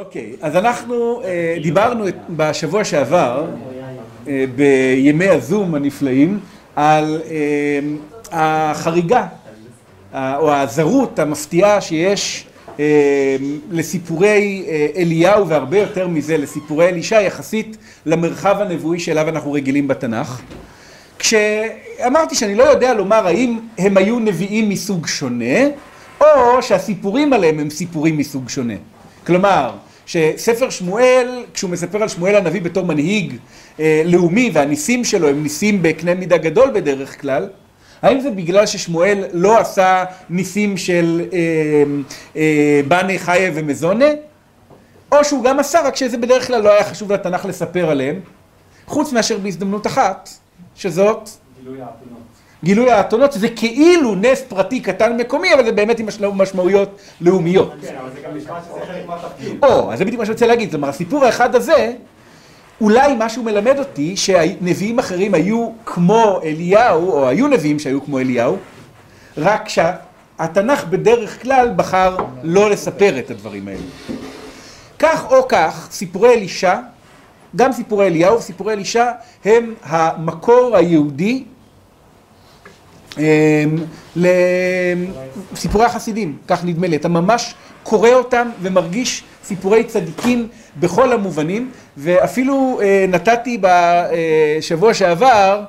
אוקיי, אז אנחנו דיברנו בשבוע שעבר, בימי הזום הנפלאים, על החריגה, או הזרות המפתיעה שיש לסיפורי אליהו, והרבה יותר מזה לסיפורי אלישע, יחסית למרחב הנבואי שאליו אנחנו רגילים בתנ"ך. כשאמרתי שאני לא יודע לומר האם הם היו נביאים מסוג שונה, או שהסיפורים עליהם הם סיפורים מסוג שונה. כלומר, שספר שמואל, כשהוא מספר על שמואל הנביא בתור מנהיג לאומי, והניסים שלו הם ניסים בקנה מידה גדול בדרך כלל, האם זה בגלל ששמואל לא עשה ניסים של בני חיה ומזונה, או שהוא גם עשה, רק שזה בדרך כלל לא היה חשוב לתנ"ך לספר עליהם, חוץ מאשר בהזדמנות אחת, שזאת גילוי האתונות, שזה כאילו נס פרטי קטן מקומי, אבל זה באמת עם משמעויות לאומיות. כן, אבל זה גם נשמע שזה חלק מהתפקיד. אז זה בדיוק מה שאני רוצה להגיד. זאת אומרת, הסיפור האחד הזה, אולי משהו מלמד אותי שנביאים אחרים היו כמו אליהו, או היו נביאים שהיו כמו אליהו, רק שהתנ"ך בדרך כלל בחר לא לספר את הדברים האלה. כך או כך, סיפורי אלישע, גם סיפורי אליהו וסיפורי אלישע, הם המקור היהודי לסיפורי החסידים, כך נדמה לי. אתה ממש קורא אותם ומרגיש סיפורי צדיקים בכל המובנים, ואפילו נתתי בשבוע שעבר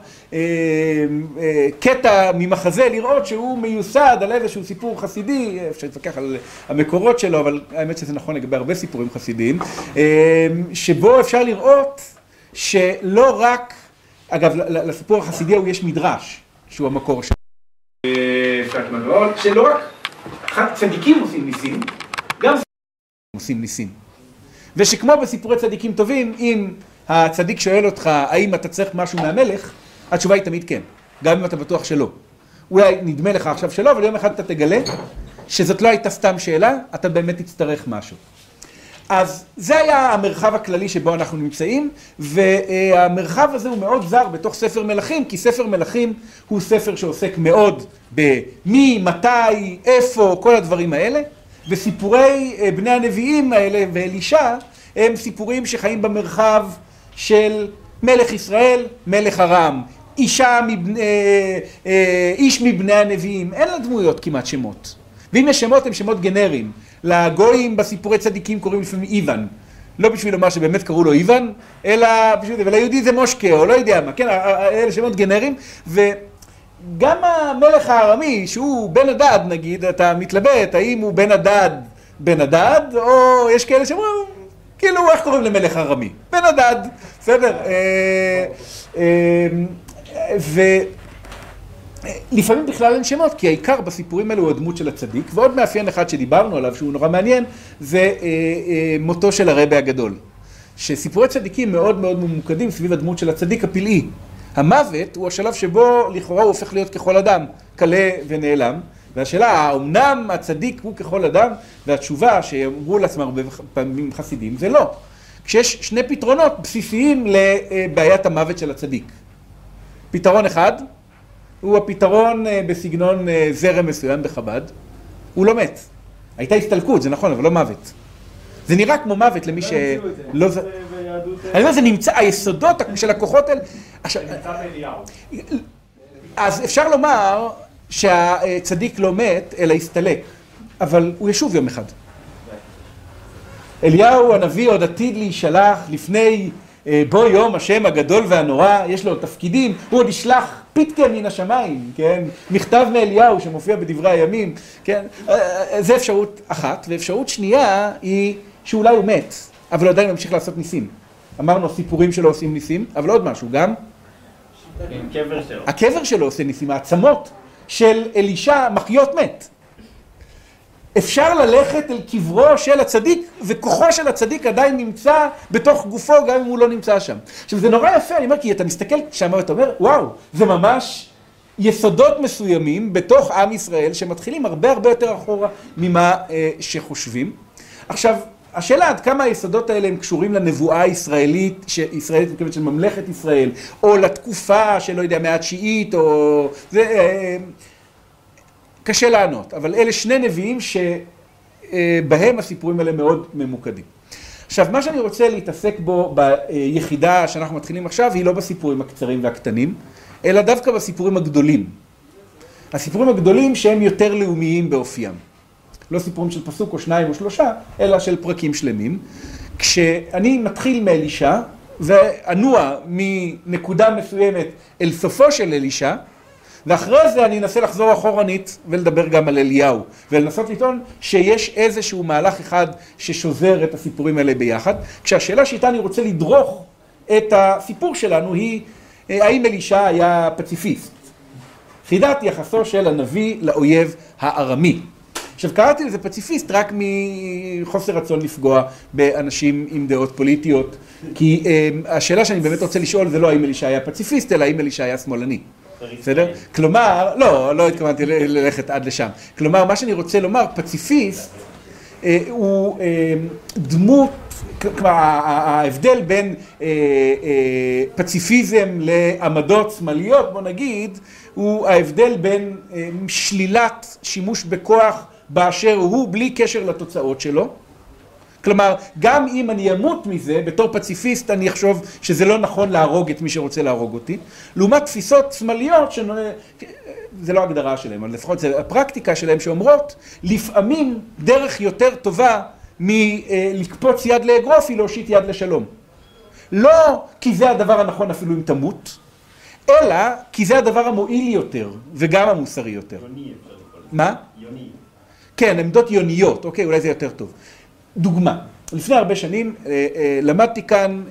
קטע ממחזה לראות שהוא מיוסד על איזשהו סיפור חסידי, אפשר להתווכח על המקורות שלו, אבל האמת שזה נכון לגבי הרבה סיפורים חסידיים, שבו אפשר לראות שלא רק, אגב, לסיפור החסידי הוא יש מדרש, שהוא המקור שלו, שלא רק צדיקים עושים ניסים, גם עושים ניסים. ושכמו בסיפורי צדיקים טובים, אם הצדיק שואל אותך האם אתה צריך משהו מהמלך, התשובה היא תמיד כן, גם אם אתה בטוח שלא. אולי נדמה לך עכשיו שלא, אבל יום אחד אתה תגלה שזאת לא הייתה סתם שאלה, אתה באמת תצטרך משהו. אז זה היה המרחב הכללי שבו אנחנו נמצאים, והמרחב הזה הוא מאוד זר בתוך ספר מלכים, כי ספר מלכים הוא ספר שעוסק מאוד במי, מתי, איפה, כל הדברים האלה, וסיפורי בני הנביאים האלה ואלישע הם סיפורים שחיים במרחב של מלך ישראל, מלך ארם, איש מבני הנביאים, אין לדמויות כמעט שמות. ואם יש שמות הם שמות גנריים. לגויים בסיפורי צדיקים קוראים לפעמים איוון. לא בשביל לומר שבאמת קראו לו איוון, אלא בשביל זה, וליהודי זה מושקה, או לא יודע מה, כן, אלה שמות גנריים, וגם המלך הארמי, שהוא בן הדד נגיד, אתה מתלבט, האם הוא בן הדד, או יש כאלה שאומרים, כאילו, איך קוראים למלך הארמי? בן הדד, בסדר? לפעמים בכלל אין שמות, כי העיקר בסיפורים האלו הוא הדמות של הצדיק, ועוד מאפיין אחד שדיברנו עליו, שהוא נורא מעניין, זה מותו של הרבי הגדול. שסיפורי צדיקים מאוד מאוד ממוקדים סביב הדמות של הצדיק הפלאי. המוות הוא השלב שבו לכאורה הוא הופך להיות ככל אדם, קלה ונעלם, והשאלה, האמנם הצדיק הוא ככל אדם, והתשובה שאמרו לעצמם הרבה פעמים חסידים, זה לא. כשיש שני פתרונות בסיסיים לבעיית המוות של הצדיק. פתרון אחד, הוא הפתרון בסגנון זרם מסוים בחב"ד, הוא לא מת. הייתה הסתלקות, זה נכון, אבל לא מוות. זה נראה כמו מוות למי שלא... אני אומר, זה נמצא, היסודות של הכוחות האלה... זה נמצא באליהו. אז אפשר לומר שהצדיק לא מת, אלא הסתלק, אבל הוא ישוב יום אחד. אליהו הנביא עוד עתיד להישלח לפני בוא יום השם הגדול והנורא, יש לו תפקידים, הוא עוד ישלח פיתקה מן השמיים, כן? מכתב מאליהו שמופיע בדברי הימים, כן? זה אפשרות אחת, ואפשרות שנייה היא שאולי הוא מת, אבל הוא עדיין ממשיך לעשות ניסים. אמרנו, סיפורים שלו עושים ניסים, אבל עוד משהו, גם? הקבר שלו עושה ניסים, העצמות של אלישע מחיות מת. אפשר ללכת אל קברו של הצדיק, וכוחו של הצדיק עדיין נמצא בתוך גופו, גם אם הוא לא נמצא שם. עכשיו, זה נורא יפה, אני אומר, כי אתה מסתכל שם ואתה אומר, וואו, זה ממש יסודות מסוימים בתוך עם ישראל, שמתחילים הרבה הרבה יותר אחורה ממה שחושבים. עכשיו, השאלה עד כמה היסודות האלה הם קשורים לנבואה הישראלית, ישראלית מקווה של ממלכת ישראל, או לתקופה של, לא יודע, מאה התשיעית, או... קשה לענות, אבל אלה שני נביאים שבהם הסיפורים האלה מאוד ממוקדים. עכשיו, מה שאני רוצה להתעסק בו ביחידה שאנחנו מתחילים עכשיו, היא לא בסיפורים הקצרים והקטנים, אלא דווקא בסיפורים הגדולים. הסיפורים הגדולים שהם יותר לאומיים באופיים. לא סיפורים של פסוק או שניים או שלושה, אלא של פרקים שלמים. כשאני מתחיל מאלישע, ואנוע מנקודה מסוימת אל סופו של אלישע, ואחרי זה אני אנסה לחזור אחורנית ולדבר גם על אליהו, ולנסות לטעון שיש איזשהו מהלך אחד ששוזר את הסיפורים האלה ביחד, כשהשאלה שאיתה אני רוצה לדרוך את הסיפור שלנו היא, האם אלישע היה פציפיסט? חידת יחסו של הנביא לאויב הארמי. עכשיו, קראתי לזה פציפיסט רק מחוסר רצון לפגוע באנשים עם דעות פוליטיות, כי השאלה שאני באמת רוצה לשאול זה לא האם אלישע היה פציפיסט, אלא האם אלישע היה שמאלני. בסדר? כלומר, לא התכוונתי ללכת עד לשם. כלומר, מה שאני רוצה לומר, פציפיסט הוא דמות, כלומר, ההבדל בין פציפיזם לעמדות שמאליות, בוא נגיד, הוא ההבדל בין שלילת שימוש בכוח באשר הוא בלי קשר לתוצאות שלו. כלומר, גם אם אני אמות מזה, בתור פציפיסט אני אחשוב שזה לא נכון להרוג את מי שרוצה להרוג אותי. לעומת תפיסות שמאליות, זה לא הגדרה שלהם, אבל לפחות זה הפרקטיקה שלהם שאומרות, לפעמים דרך יותר טובה מלקפוץ יד לאגרוף היא להושיט יד לשלום. לא כי זה הדבר הנכון אפילו אם תמות, אלא כי זה הדבר המועיל יותר וגם המוסרי יותר. יוני. מה? יוני. כן, עמדות יוניות, אוקיי, אולי זה יותר טוב. דוגמה, לפני הרבה שנים למדתי כאן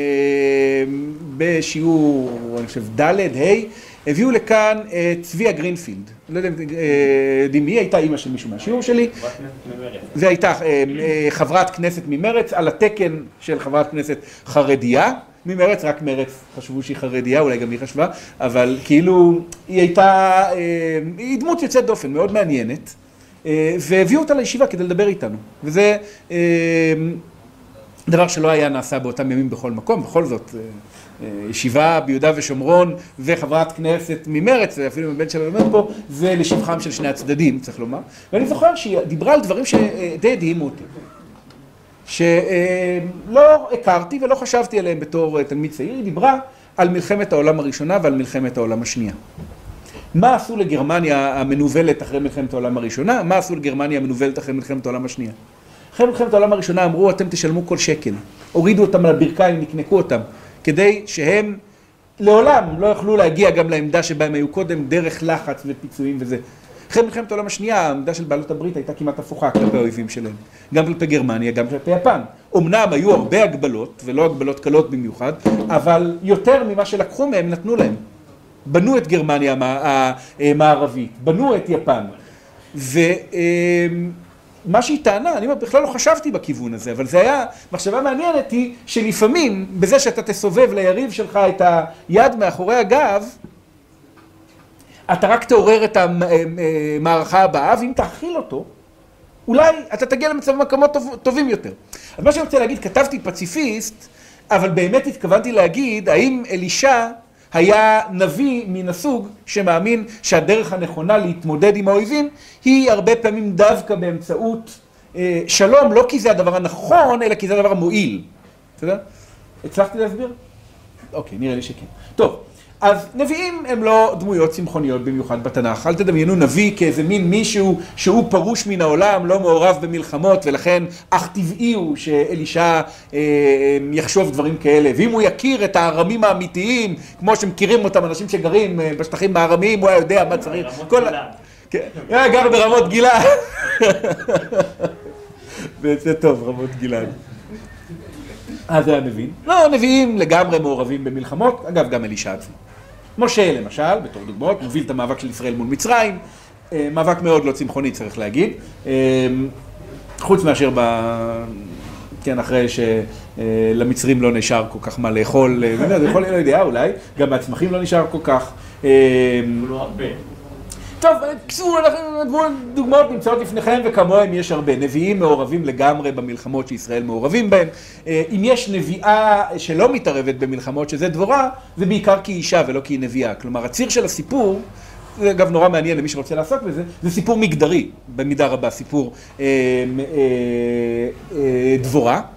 בשיעור, אני חושב, ד' ה', הביאו לכאן צביה גרינפילד. לא יודע אם היא הייתה אימא של מישהו מהשיעור שלי. והייתה חברת כנסת ממרץ, על התקן של חברת כנסת חרדיה. ממרץ, רק מרץ חשבו שהיא חרדיה, אולי גם היא חשבה, אבל כאילו היא הייתה, היא דמות יוצאת דופן, מאוד מעניינת. והביאו אותה לישיבה כדי לדבר איתנו. וזה דבר שלא היה נעשה באותם ימים בכל מקום. בכל זאת, ישיבה ביהודה ושומרון וחברת כנסת ממרץ, ואפילו מבן שלה לומד פה, זה לשבחם של שני הצדדים, צריך לומר. ואני זוכר שהיא דיברה על דברים שדי הדהימו אותי. שלא הכרתי ולא חשבתי עליהם בתור תלמיד צעיר. היא דיברה על מלחמת העולם הראשונה ועל מלחמת העולם השנייה. מה עשו לגרמניה המנובלת אחרי מלחמת העולם הראשונה? מה עשו לגרמניה המנובלת אחרי מלחמת העולם השנייה? אחרי מלחמת העולם הראשונה אמרו, אתם תשלמו כל שקל. הורידו אותם על הברכיים, נקנקו אותם, כדי שהם לעולם לא יוכלו להגיע גם לעמדה שבה הם היו קודם, דרך לחץ ופיצויים וזה. אחרי מלחמת העולם השנייה, העמדה של בעלות הברית הייתה כמעט הפוכה כלפי האויבים שלהם. גם כלפי גרמניה, גם כלפי יפן. אמנם היו הרבה הגבלות, ולא הגבלות קלות במיוחד, אבל יותר ממה שלקחו מהם נתנו להם. בנו את גרמניה המערבית, בנו את יפן. ומה שהיא טענה, אני בכלל לא חשבתי בכיוון הזה, אבל זה היה, מחשבה מעניינת היא שלפעמים, בזה שאתה תסובב ליריב שלך את היד מאחורי הגב, אתה רק תעורר את המערכה הבאה, ואם תאכיל אותו, אולי אתה תגיע למצב מקומות טובים יותר. אז מה שאני רוצה להגיד, כתבתי פציפיסט, אבל באמת התכוונתי להגיד, האם אלישע היה נביא מן הסוג שמאמין שהדרך הנכונה להתמודד עם האויבים היא הרבה פעמים דווקא באמצעות שלום, לא כי זה הדבר הנכון, אלא כי זה הדבר המועיל. בסדר? הצלחתי להסביר? אוקיי, נראה לי שכן. טוב, אז נביאים הם לא דמויות צמחוניות במיוחד בתנ"ך. אל תדמיינו נביא כאיזה מין מישהו שהוא פרוש מן העולם, לא מעורב במלחמות, ולכן אך טבעי הוא שאלישע יחשוב דברים כאלה. ואם הוא יכיר את הארמים האמיתיים, כמו שמכירים אותם אנשים שגרים בשטחים הארמיים, הוא היה יודע מה צריך. רמות גלעד. היה גר ברמות גלעד. זה טוב, רמות גלעד. אז זה הנביאים. לא, נביאים לגמרי מעורבים במלחמות, אגב גם אלישע עצמו. משה למשל, בתור דוגמאות, מוביל את המאבק של ישראל מול מצרים, מאבק מאוד לא צמחוני צריך להגיד, חוץ מאשר כן, אחרי שלמצרים לא נשאר כל כך מה לאכול, לא יודע, אולי, גם מהצמחים לא נשאר כל כך. לא הרבה. טוב, קצור, דוגמאות נמצאות לפניכם וכמוהם יש הרבה. נביאים מעורבים לגמרי במלחמות שישראל מעורבים בהם. אם יש נביאה שלא מתערבת במלחמות, שזה דבורה, זה בעיקר כי היא אישה ולא כי היא נביאה. כלומר, הציר של הסיפור, זה אגב נורא מעניין למי שרוצה לעסוק בזה, זה סיפור מגדרי, במידה רבה, סיפור דבורה.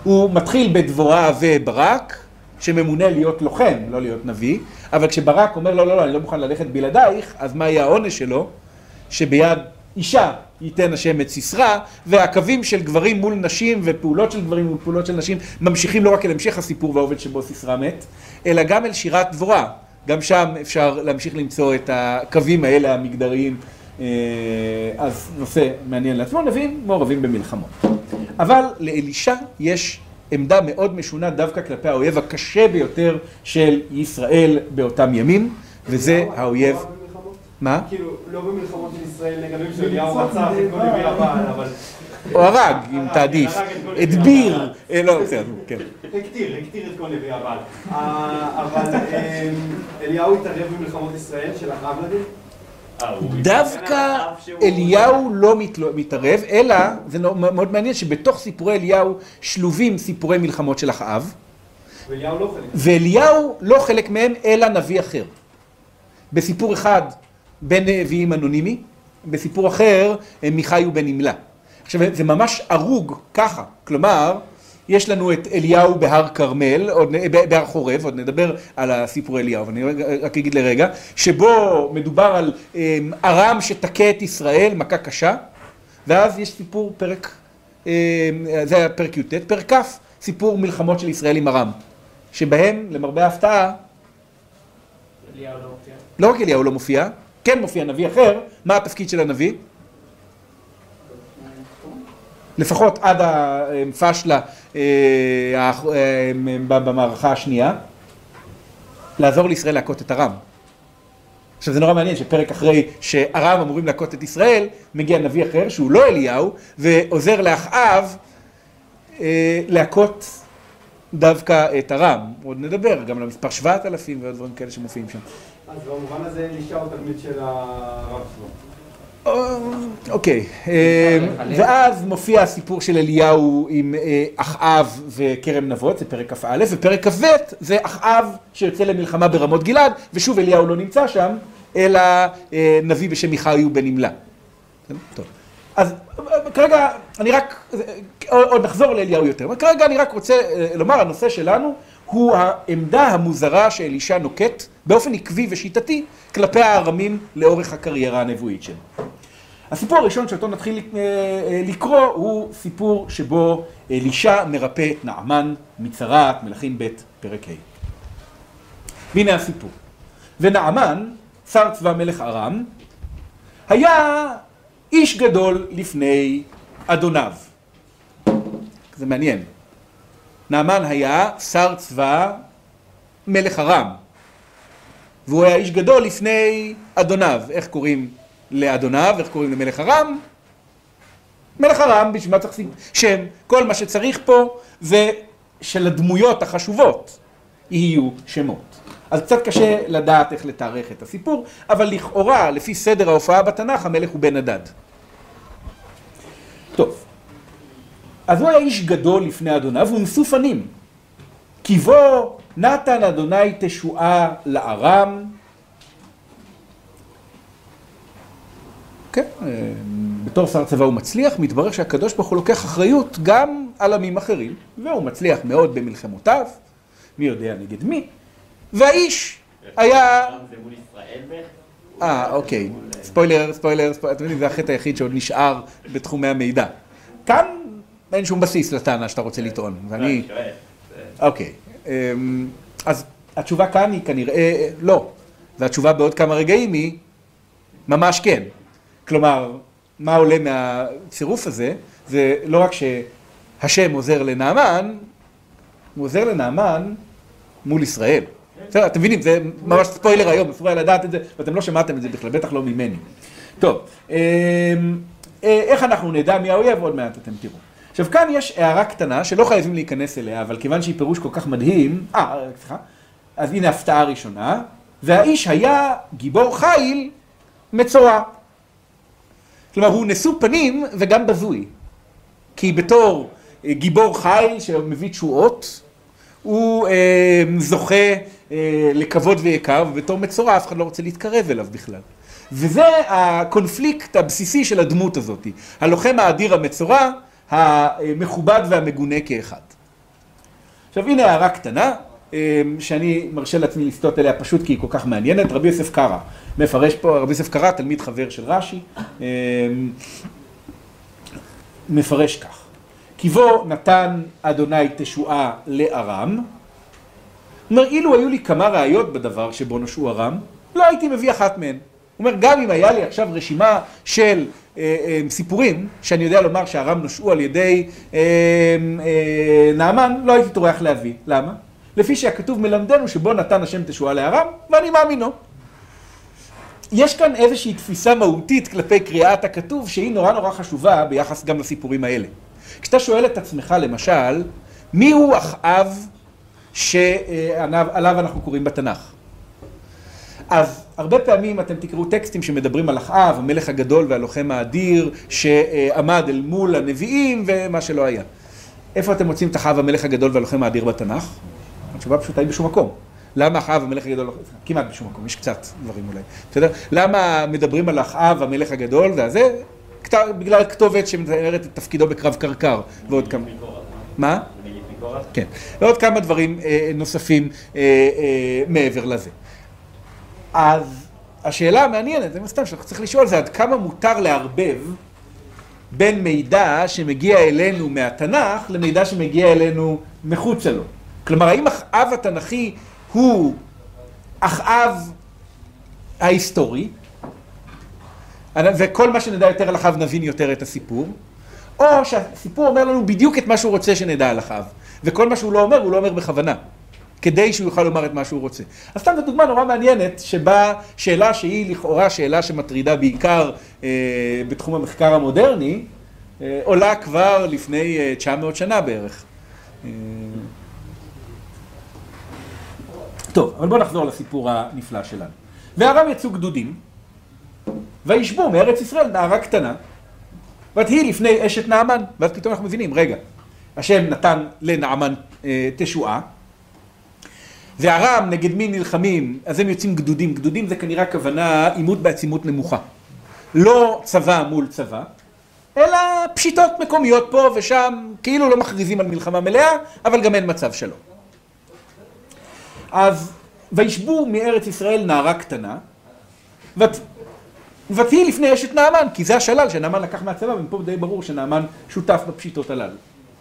הוא מתחיל בדבורה וברק, שממונה להיות לוחם, לא להיות נביא, אבל כשברק אומר לו, לא, אני לא מוכן ללכת בלעדייך, אז מה יהיה העונש שלו? שביד אישה ייתן השם את סיסרא, והקווים של גברים מול נשים ופעולות של גברים מול פעולות של נשים ממשיכים לא רק אל המשך הסיפור והעובד שבו סיסרא מת, אלא גם אל שירת דבורה. גם שם אפשר להמשיך למצוא את הקווים האלה המגדריים, אז נושא מעניין לעצמו, נביאים מעורבים במלחמות. אבל לאלישע יש עמדה מאוד משונה דווקא כלפי האויב הקשה ביותר של ישראל באותם ימים, וזה האויב... מה? כאילו, לא במלחמות של ישראל נגדים של אליהו רצח את כל נביא הבעל, אבל... או הרג, אם תעדיף. הדביר. לא, בסדר, כן. הקטיר את כל נביא הבעל. אבל אליהו התערב במלחמות ישראל של אחאב נגיד? דווקא אליהו לא מתערב, אלא, זה מאוד מעניין שבתוך סיפורי אליהו שלובים סיפורי מלחמות של אחאב. ואליהו לא חלק מהם, אלא נביא אחר. בסיפור אחד, בן נביאים אנונימי, בסיפור אחר, מיכאי ובן נמלה. עכשיו, זה ממש ארוג ככה, כלומר, יש לנו את אליהו בהר כרמל, בהר חורב, עוד נדבר על הסיפור אליהו, ואני רק אגיד לרגע, שבו מדובר על ארם שתקה את ישראל, מכה קשה, ואז יש סיפור פרק, זה היה פרק י"ט, פרק כ', סיפור מלחמות של ישראל עם ארם, שבהם, למרבה ההפתעה, אליהו לא מופיע. לא רק אליהו לא מופיע, כן מופיע נביא אחר, מה התפקיד של הנביא? לפחות עד הפשלה במערכה השנייה, לעזור לישראל להכות את ארם. עכשיו זה נורא מעניין שפרק אחרי שארם אמורים להכות את ישראל, מגיע נביא אחר שהוא לא אליהו, ועוזר לאחאב להכות דווקא את ארם. עוד נדבר גם על המספר 7,000 ועוד דברים כאלה שמופיעים שם. אז במובן הזה אלישע הוא תלמיד של הרב שלו. אוקיי, ואז מופיע הסיפור של אליהו עם אחאב וכרם נבות, זה פרק כ"א, ופרק כ"ב זה אחאב שיוצא למלחמה ברמות גלעד, ושוב אליהו לא נמצא שם, אלא נביא בשם מיכאי ובן נמלה. טוב, אז כרגע אני רק, עוד נחזור לאליהו יותר, אבל כרגע אני רק רוצה לומר, הנושא שלנו הוא העמדה המוזרה שאלישע נוקט באופן עקבי ושיטתי כלפי הארמים לאורך הקריירה הנבואית שלו. הסיפור הראשון שאותו נתחיל לקרוא הוא סיפור שבו אלישע מרפא את נעמן מצרת, מלכים ב' פרק ה'. והנה הסיפור. ונעמן, שר צבא מלך ארם, היה איש גדול לפני אדוניו. זה מעניין. נעמן היה שר צבא מלך ארם, והוא היה איש גדול לפני אדוניו. איך קוראים לאדוניו? איך קוראים למלך ארם? מלך ארם, בשביל מה צריך שם? כל מה שצריך פה זה שלדמויות החשובות יהיו שמות. אז קצת קשה לדעת איך לתארך את הסיפור, אבל לכאורה, לפי סדר ההופעה בתנ"ך, המלך הוא בן הדד. טוב. אז הוא היה איש גדול לפני אדוניו, הוא נשוא פנים. כי בו נתן אדוני תשועה לארם. כן, בתור שר צבא הוא מצליח, מתברר שהקדוש ברוך הוא לוקח אחריות גם על עמים אחרים, והוא מצליח מאוד במלחמותיו, מי יודע נגד מי, והאיש היה... זה מול ישראל בערך? אוקיי, ספוילר, אתם יודעים, זה החטא היחיד שעוד נשאר בתחומי המידע. כאן אין שום בסיס לטענה שאתה רוצה לטעון, ואני... אוקיי, אז התשובה כאן היא כנראה לא, והתשובה בעוד כמה רגעים היא ממש כן. כלומר, מה עולה מהצירוף הזה, זה לא רק שהשם עוזר לנעמן, הוא עוזר לנעמן מול ישראל. אתם מבינים, זה ממש ספוילר היום, אסור היה לדעת את זה, ואתם לא שמעתם את זה בכלל, בטח לא ממני. טוב, איך אנחנו נדע מי האויב? עוד מעט אתם תראו. עכשיו כאן יש הערה קטנה שלא חייבים להיכנס אליה, אבל כיוון שהיא פירוש כל כך מדהים, סליחה, אז הנה הפתעה ראשונה, והאיש היה גיבור חיל מצורע. כלומר, הוא נשוא פנים וגם בזוי. כי בתור גיבור חיל שמביא תשועות, הוא זוכה לכבוד ויקר, ובתור מצורע אף אחד לא רוצה להתקרב אליו בכלל. וזה הקונפליקט הבסיסי של הדמות הזאת. הלוחם האדיר המצורע, המכובד והמגונה כאחד. עכשיו הנה הערה קטנה, שאני מרשה לעצמי לסטות אליה פשוט כי היא כל כך מעניינת. רבי יוסף קרא מפרש פה, רבי יוסף קרא, תלמיד חבר של רש"י, מפרש כך: כי בו נתן אדוני תשועה לארם. הוא אומר, אילו היו לי כמה ראיות בדבר שבו נשעו ארם, לא הייתי מביא אחת מהן. הוא אומר, גם אם היה לי עכשיו רשימה של סיפורים, שאני יודע לומר שארם נשעו על ידי נעמן, לא הייתי טורח להביא. למה? לפי שהכתוב מלמדנו שבו נתן השם תשועה לארם, ואני מאמינו. יש כאן איזושהי תפיסה מהותית כלפי קריאת הכתוב, שהיא נורא נורא חשובה ביחס גם לסיפורים האלה. כשאתה שואל את עצמך, למשל, מי הוא אחאב שעליו אנחנו קוראים בתנ"ך? אז הרבה פעמים אתם תקראו טקסטים שמדברים על אחאב, המלך הגדול והלוחם האדיר, שעמד אל מול הנביאים ומה שלא היה. איפה אתם מוצאים את אחאב המלך הגדול והלוחם האדיר בתנ"ך? התשובה פשוטה היא בשום מקום. למה אחאב המלך הגדול? כמעט בשום מקום, יש קצת דברים אולי. בסדר? למה מדברים על אחאב המלך הגדול והזה? בגלל כתובת שמתארת את תפקידו בקרב קרקר ועוד כמה... מה? כן. ועוד כמה דברים נוספים מעבר לזה. אז השאלה המעניינת, זה מסתם שאנחנו צריכים לשאול, זה עד כמה מותר לערבב בין מידע שמגיע אלינו מהתנ"ך למידע שמגיע אלינו מחוצה לו. כלומר, האם אחאב התנ"כי הוא אחאב ההיסטורי, וכל מה שנדע יותר על אחאב נבין יותר את הסיפור, או שהסיפור אומר לנו בדיוק את מה שהוא רוצה שנדע על אחאב, וכל מה שהוא לא אומר, הוא לא אומר בכוונה, כדי שהוא יוכל לומר את מה שהוא רוצה. אז סתם זו דוגמה נורא מעניינת, שבה שאלה שהיא לכאורה שאלה שמטרידה בעיקר בתחום המחקר המודרני, עולה כבר לפני 900 שנה בערך. טוב, אבל בואו נחזור לסיפור הנפלא שלנו. וארם יצאו גדודים, וישבו מארץ ישראל נערה קטנה, ותהי לפני אשת נעמן. ואז פתאום אנחנו מבינים, רגע, השם נתן לנעמן תשועה, וארם נגד מי נלחמים, אז הם יוצאים גדודים. גדודים זה כנראה כוונה עימות בעצימות נמוכה. לא צבא מול צבא, אלא פשיטות מקומיות פה ושם, כאילו לא מכריזים על מלחמה מלאה, אבל גם אין מצב שלו. אז וישבו מארץ ישראל נערה קטנה, ותהי לפני אשת נעמן, כי זה השלל שנעמן לקח מהצבא, ומפה די ברור שנעמן שותף בפשיטות הללו.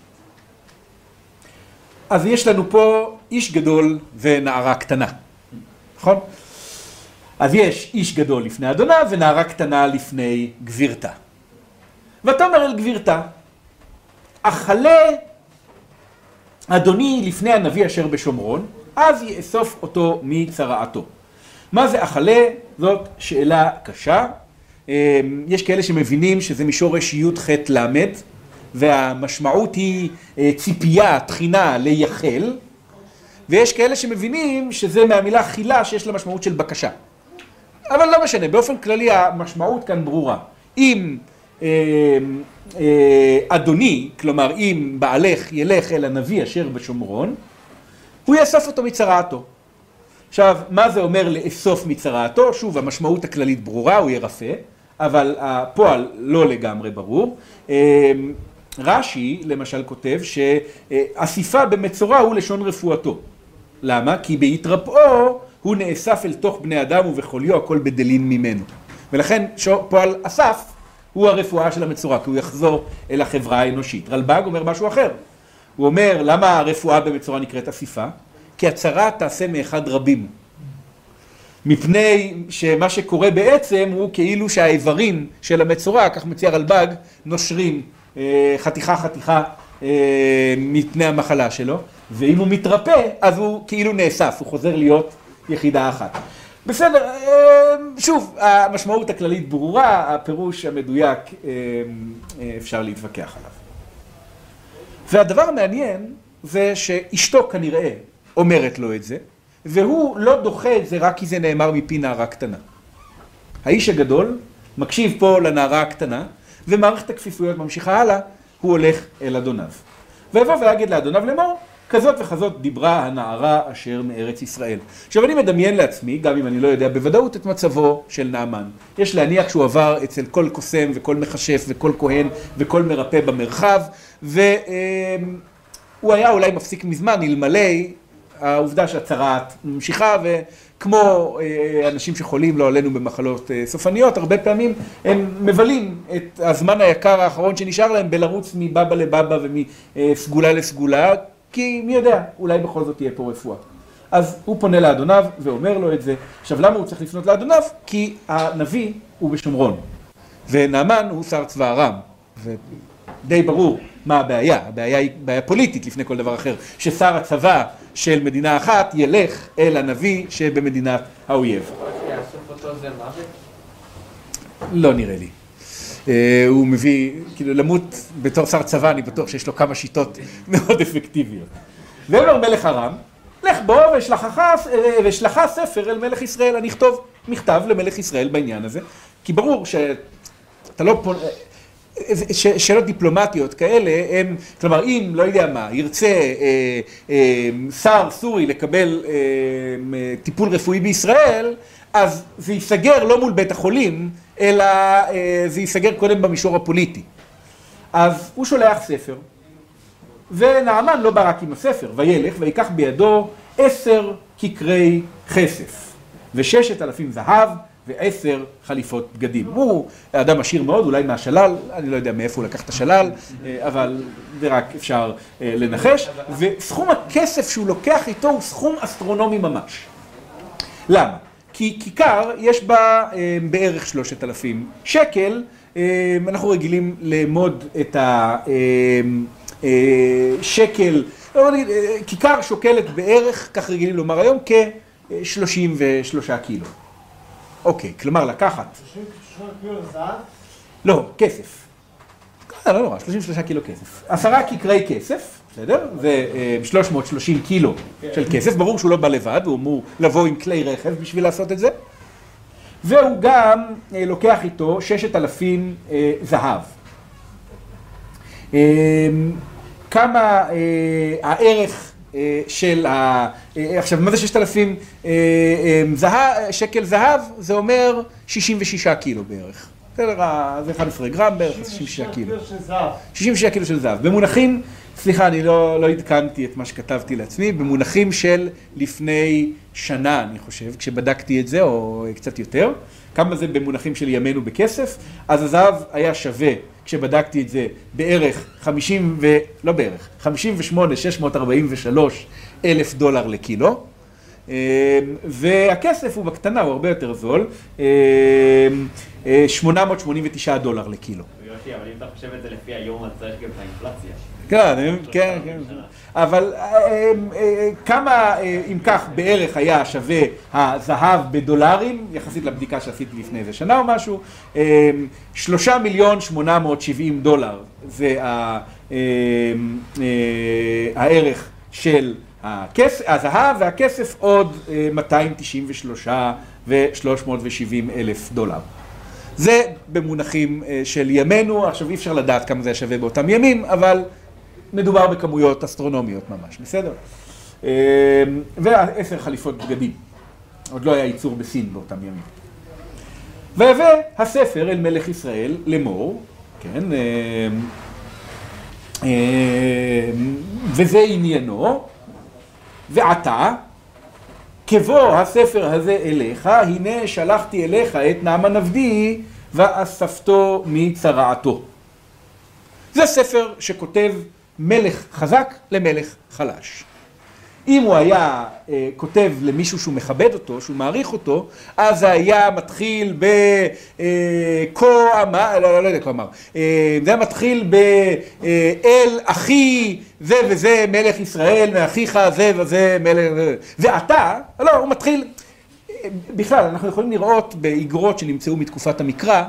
אז יש לנו פה איש גדול ונערה קטנה, נכון? אז יש איש גדול לפני אדונה ונערה קטנה לפני גבירתה. ותאמר אל גבירתה, אכלה אדוני לפני הנביא אשר בשומרון, אז יאסוף אותו מצרעתו. מה זה אכלה? זאת שאלה קשה. יש כאלה שמבינים שזה משורש י' ח' למד, והמשמעות היא ציפייה, תחינה, לייחל, ויש כאלה שמבינים שזה מהמילה חילה שיש לה משמעות של בקשה. אבל לא משנה, באופן כללי המשמעות כאן ברורה. אם אדוני, כלומר אם בעלך ילך אל הנביא אשר בשומרון, הוא יאסוף אותו מצרעתו. עכשיו, מה זה אומר לאסוף מצרעתו? שוב, המשמעות הכללית ברורה, הוא ירפא, אבל הפועל לא לגמרי ברור. רש"י, למשל, כותב שאסיפה במצורע הוא לשון רפואתו. למה? כי בהתרפאו הוא נאסף אל תוך בני אדם ובחוליו הכל בדלין ממנו. ולכן פועל אסף הוא הרפואה של המצורע, כי הוא יחזור אל החברה האנושית. רלב"ג אומר משהו אחר. הוא אומר, למה הרפואה במצורע נקראת אסיפה? כי הצרה תעשה מאחד רבים. מפני שמה שקורה בעצם הוא כאילו שהאיברים של המצורע, כך מציע רלב"ג, נושרים חתיכה חתיכה מפני המחלה שלו, ואם הוא מתרפא אז הוא כאילו נאסף, הוא חוזר להיות יחידה אחת. בסדר, שוב, המשמעות הכללית ברורה, הפירוש המדויק אפשר להתווכח עליו. והדבר המעניין זה שאשתו כנראה אומרת לו את זה, והוא לא דוחה את זה רק כי זה נאמר מפי נערה קטנה. האיש הגדול מקשיב פה לנערה הקטנה, ומערכת הכפיפויות ממשיכה הלאה, הוא הולך אל אדוניו. ויבוא ויגיד לאדוניו לאמור, כזאת וכזאת דיברה הנערה אשר מארץ ישראל. עכשיו אני מדמיין לעצמי, גם אם אני לא יודע בוודאות, את מצבו של נעמן. יש להניח שהוא עבר אצל כל קוסם וכל מחשף וכל כהן וכל מרפא במרחב, הוא היה אולי מפסיק מזמן, אלמלא העובדה שהצרעת ממשיכה, וכמו אנשים שחולים לא עלינו במחלות סופניות, הרבה פעמים הם מבלים את הזמן היקר האחרון שנשאר להם בלרוץ מבבא לבבא ומסגולה לסגולה, כי מי יודע, אולי בכל זאת תהיה פה רפואה. אז הוא פונה לאדוניו ואומר לו את זה. עכשיו, למה הוא צריך לפנות לאדוניו? כי הנביא הוא בשומרון, ונעמן הוא שר צבא ארם, ודי ברור מה הבעיה. הבעיה היא בעיה פוליטית לפני כל דבר אחר, ששר הצבא של מדינה אחת ילך אל הנביא שבמדינת האויב. יאסוף אותו זה מוות? לא נראה לי. הוא מביא, כאילו למות בתור שר צבא, אני בטוח שיש לו כמה שיטות מאוד אפקטיביות. ואומר מלך ארם, לך בוא ושלחה ספר אל מלך ישראל. אני אכתוב מכתב למלך ישראל בעניין הזה, כי ברור שאתה לא פונה, שאלות דיפלומטיות כאלה הם, כלומר אם, לא יודע מה, ירצה שר סורי לקבל טיפול רפואי בישראל, אז זה ייסגר לא מול בית החולים, אלא זה ייסגר קודם במישור הפוליטי. אז הוא שולח ספר, ונעמן לא בא רק עם הספר, וילך ויקח בידו 10 כיכרי כסף, ו6,000 זהב, ו10 חליפות בגדים. הוא אדם עשיר מאוד, אולי מהשלל, אני לא יודע מאיפה הוא לקח את השלל, אבל זה רק אפשר לנחש, וסכום הכסף שהוא לוקח איתו הוא סכום אסטרונומי ממש. למה? כי כיכר יש בה בערך 3,000 שקל, אנחנו רגילים לאמוד את השקל, כיכר שוקלת בערך, כך רגילים לומר היום, כ-33 קילו. אוקיי, כלומר לקחת. 33 קילו זהב? לא, כסף. לא נורא, 33 קילו כסף. 10 כיכרי כסף, בסדר? זה 330 קילו של כסף. ברור שהוא לא בא לבד, הוא אמור לבוא עם כלי רכב בשביל לעשות את זה. והוא גם לוקח איתו 6,000 זהב. כמה הערך של עכשיו, מה זה 6,000 שקל זהב? זה אומר 66 קילו בערך. זה 11 גרם בערך, 66 קילו. 66 קילו של זהב. במונחים, סליחה, אני לא עדכנתי את מה שכתבתי לעצמי, במונחים של לפני שנה, אני חושב, כשבדקתי את זה, או קצת יותר, כמה זה במונחים של ימינו בכסף, אז הזהב היה שווה, כשבדקתי את זה, בערך 58,643 דולר לקילו, והכסף הוא בקטנה, הוא הרבה יותר זול, 889 דולר לקילו. יושי, אבל אם אתה חושב את זה לפי היום, אז צריך גם את האינפלציה. כן. אבל כמה, אם כך, בערך היה שווה הזהב בדולרים, יחסית לבדיקה שעשיתי לפני איזה שנה או משהו, 3,870,000 דולר זה הערך של הזהב, והכסף עוד 293,370,000 דולר. זה במונחים של ימינו. עכשיו אי אפשר לדעת כמה זה שווה באותם ימים, אבל מדובר בכמויות אסטרונומיות ממש, בסדר? ו10 חליפות בגדים. עוד לא היה ייצור בסין באותם ימים. ויבא הספר אל מלך ישראל לאמור, כן, וזה עניינו, ועתה, כבוא הספר הזה אליך, הנה שלחתי אליך את נעמן עבדי, ואספתו מצרעתו. זה ספר שכותב מלך חזק למלך חלש. אם הוא היה כותב למישהו שהוא מכבד אותו, שהוא מעריך אותו, אז זה היה מתחיל כה אמר, לא יודע כה אמר, זה היה מתחיל אל אחי זה וזה מלך ישראל, מאחיך זה וזה מלך, ואתה, לא, הוא מתחיל, בכלל אנחנו יכולים לראות באגרות שנמצאו מתקופת המקרא,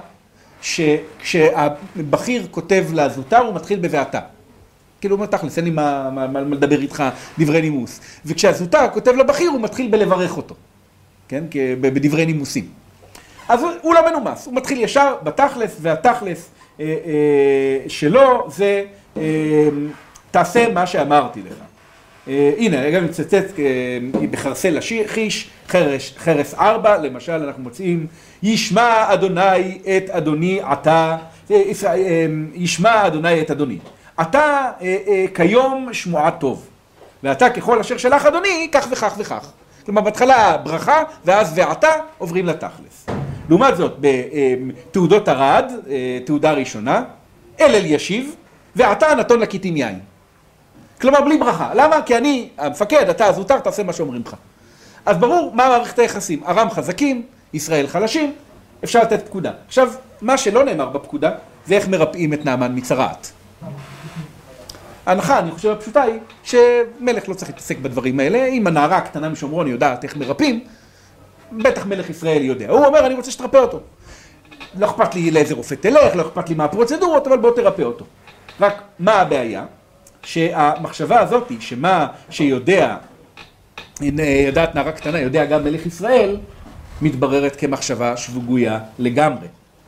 שכשהבכיר כותב לזוטר הוא מתחיל ב"ואתה". כאילו הוא מתח, אין לי מה לדבר איתך דברי נימוס. וכשהזוטר כותב לבכיר הוא מתחיל בלברך אותו, כן? בדברי נימוסים. אז הוא לא מנומס, הוא מתחיל ישר בתכלס, והתכלס שלו זה תעשה מה שאמרתי לך. הנה, גם מצטט בחרסל לחיש, חרס 4, למשל אנחנו מוצאים, ישמע אדוני את אדוני עתה, ישמע אדוני את אדוני. אתה כיום שמועה טוב, ואתה ככל אשר שלח אדוני, כך וכך וכך. כלומר, בהתחלה ברכה, ואז ועתה עוברים לתכלס. לעומת זאת, בתעודות הרד, תעודה ראשונה, אל ישיב, ועתה נתון לכיתים יין. כלומר, בלי ברכה. למה? כי אני, המפקד, אתה הזוטר, תעשה מה שאומרים לך. אז ברור מה מערכת היחסים. ארם חזקים, ישראל חלשים, אפשר לתת פקודה. עכשיו, מה שלא נאמר בפקודה, זה איך מרפאים את נעמן מצרעת. ההנחה, אני חושב הפשוטה היא, שמלך לא צריך להתעסק בדברים האלה. אם הנערה הקטנה משומרון יודעת איך מרפאים, בטח מלך ישראל יודע. הוא אומר, אני רוצה שתרפא אותו. לא אכפת לי לאיזה רופא תלך, לא אכפת לי מה הפרוצדורות, אבל בוא תרפא אותו. רק מה הבעיה? שהמחשבה הזאת היא שמה שיודע, יודעת נערה קטנה, יודע גם מלך ישראל, מתבררת כמחשבה שגויה לגמרי.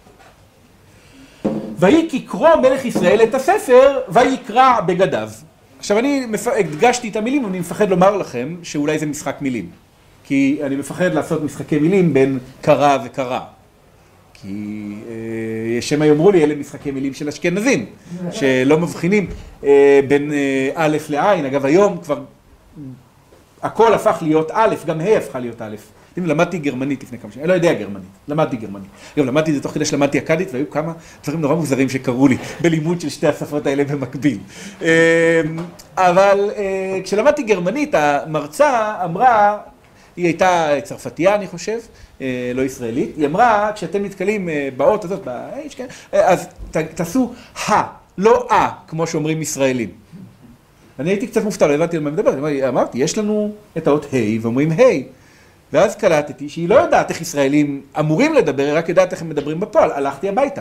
ויקרא מלך ישראל את הספר, ויקרא בגדיו. עכשיו אני הדגשתי את המילים, ואני מפחד לומר לכם שאולי זה משחק מילים. כי אני מפחד לעשות משחקי מילים בין קרא וקרא. כי שמא יאמרו לי, אלה משחקי מילים של אשכנזים, שלא מבחינים בין א' לעין. אגב, היום כבר הכל הפך להיות א', גם ה' הפכה להיות א'. למדתי גרמנית לפני כמה שנים, אני לא יודע גרמנית, למדתי גרמנית. למדתי את זה תוך כדי שלמדתי אכדית, והיו כמה דברים נורא מוזרים שקרו לי בלימוד של שתי השפות האלה במקביל. אבל כשלמדתי גרמנית, המרצה אמרה, היא הייתה צרפתייה, אני חושב, לא ישראלית, היא אמרה, כשאתם נתקלים באות הזאת, אז תעשו לא כמו שאומרים ישראלים. אני הייתי קצת מופתע, לא הבנתי על מה מדבר, אמרתי, יש לנו את האות ה' ואומרים ה', ואז קלטתי שהיא לא יודעת איך ישראלים אמורים לדבר, היא רק יודעת איך הם מדברים בפועל, הלכתי הביתה.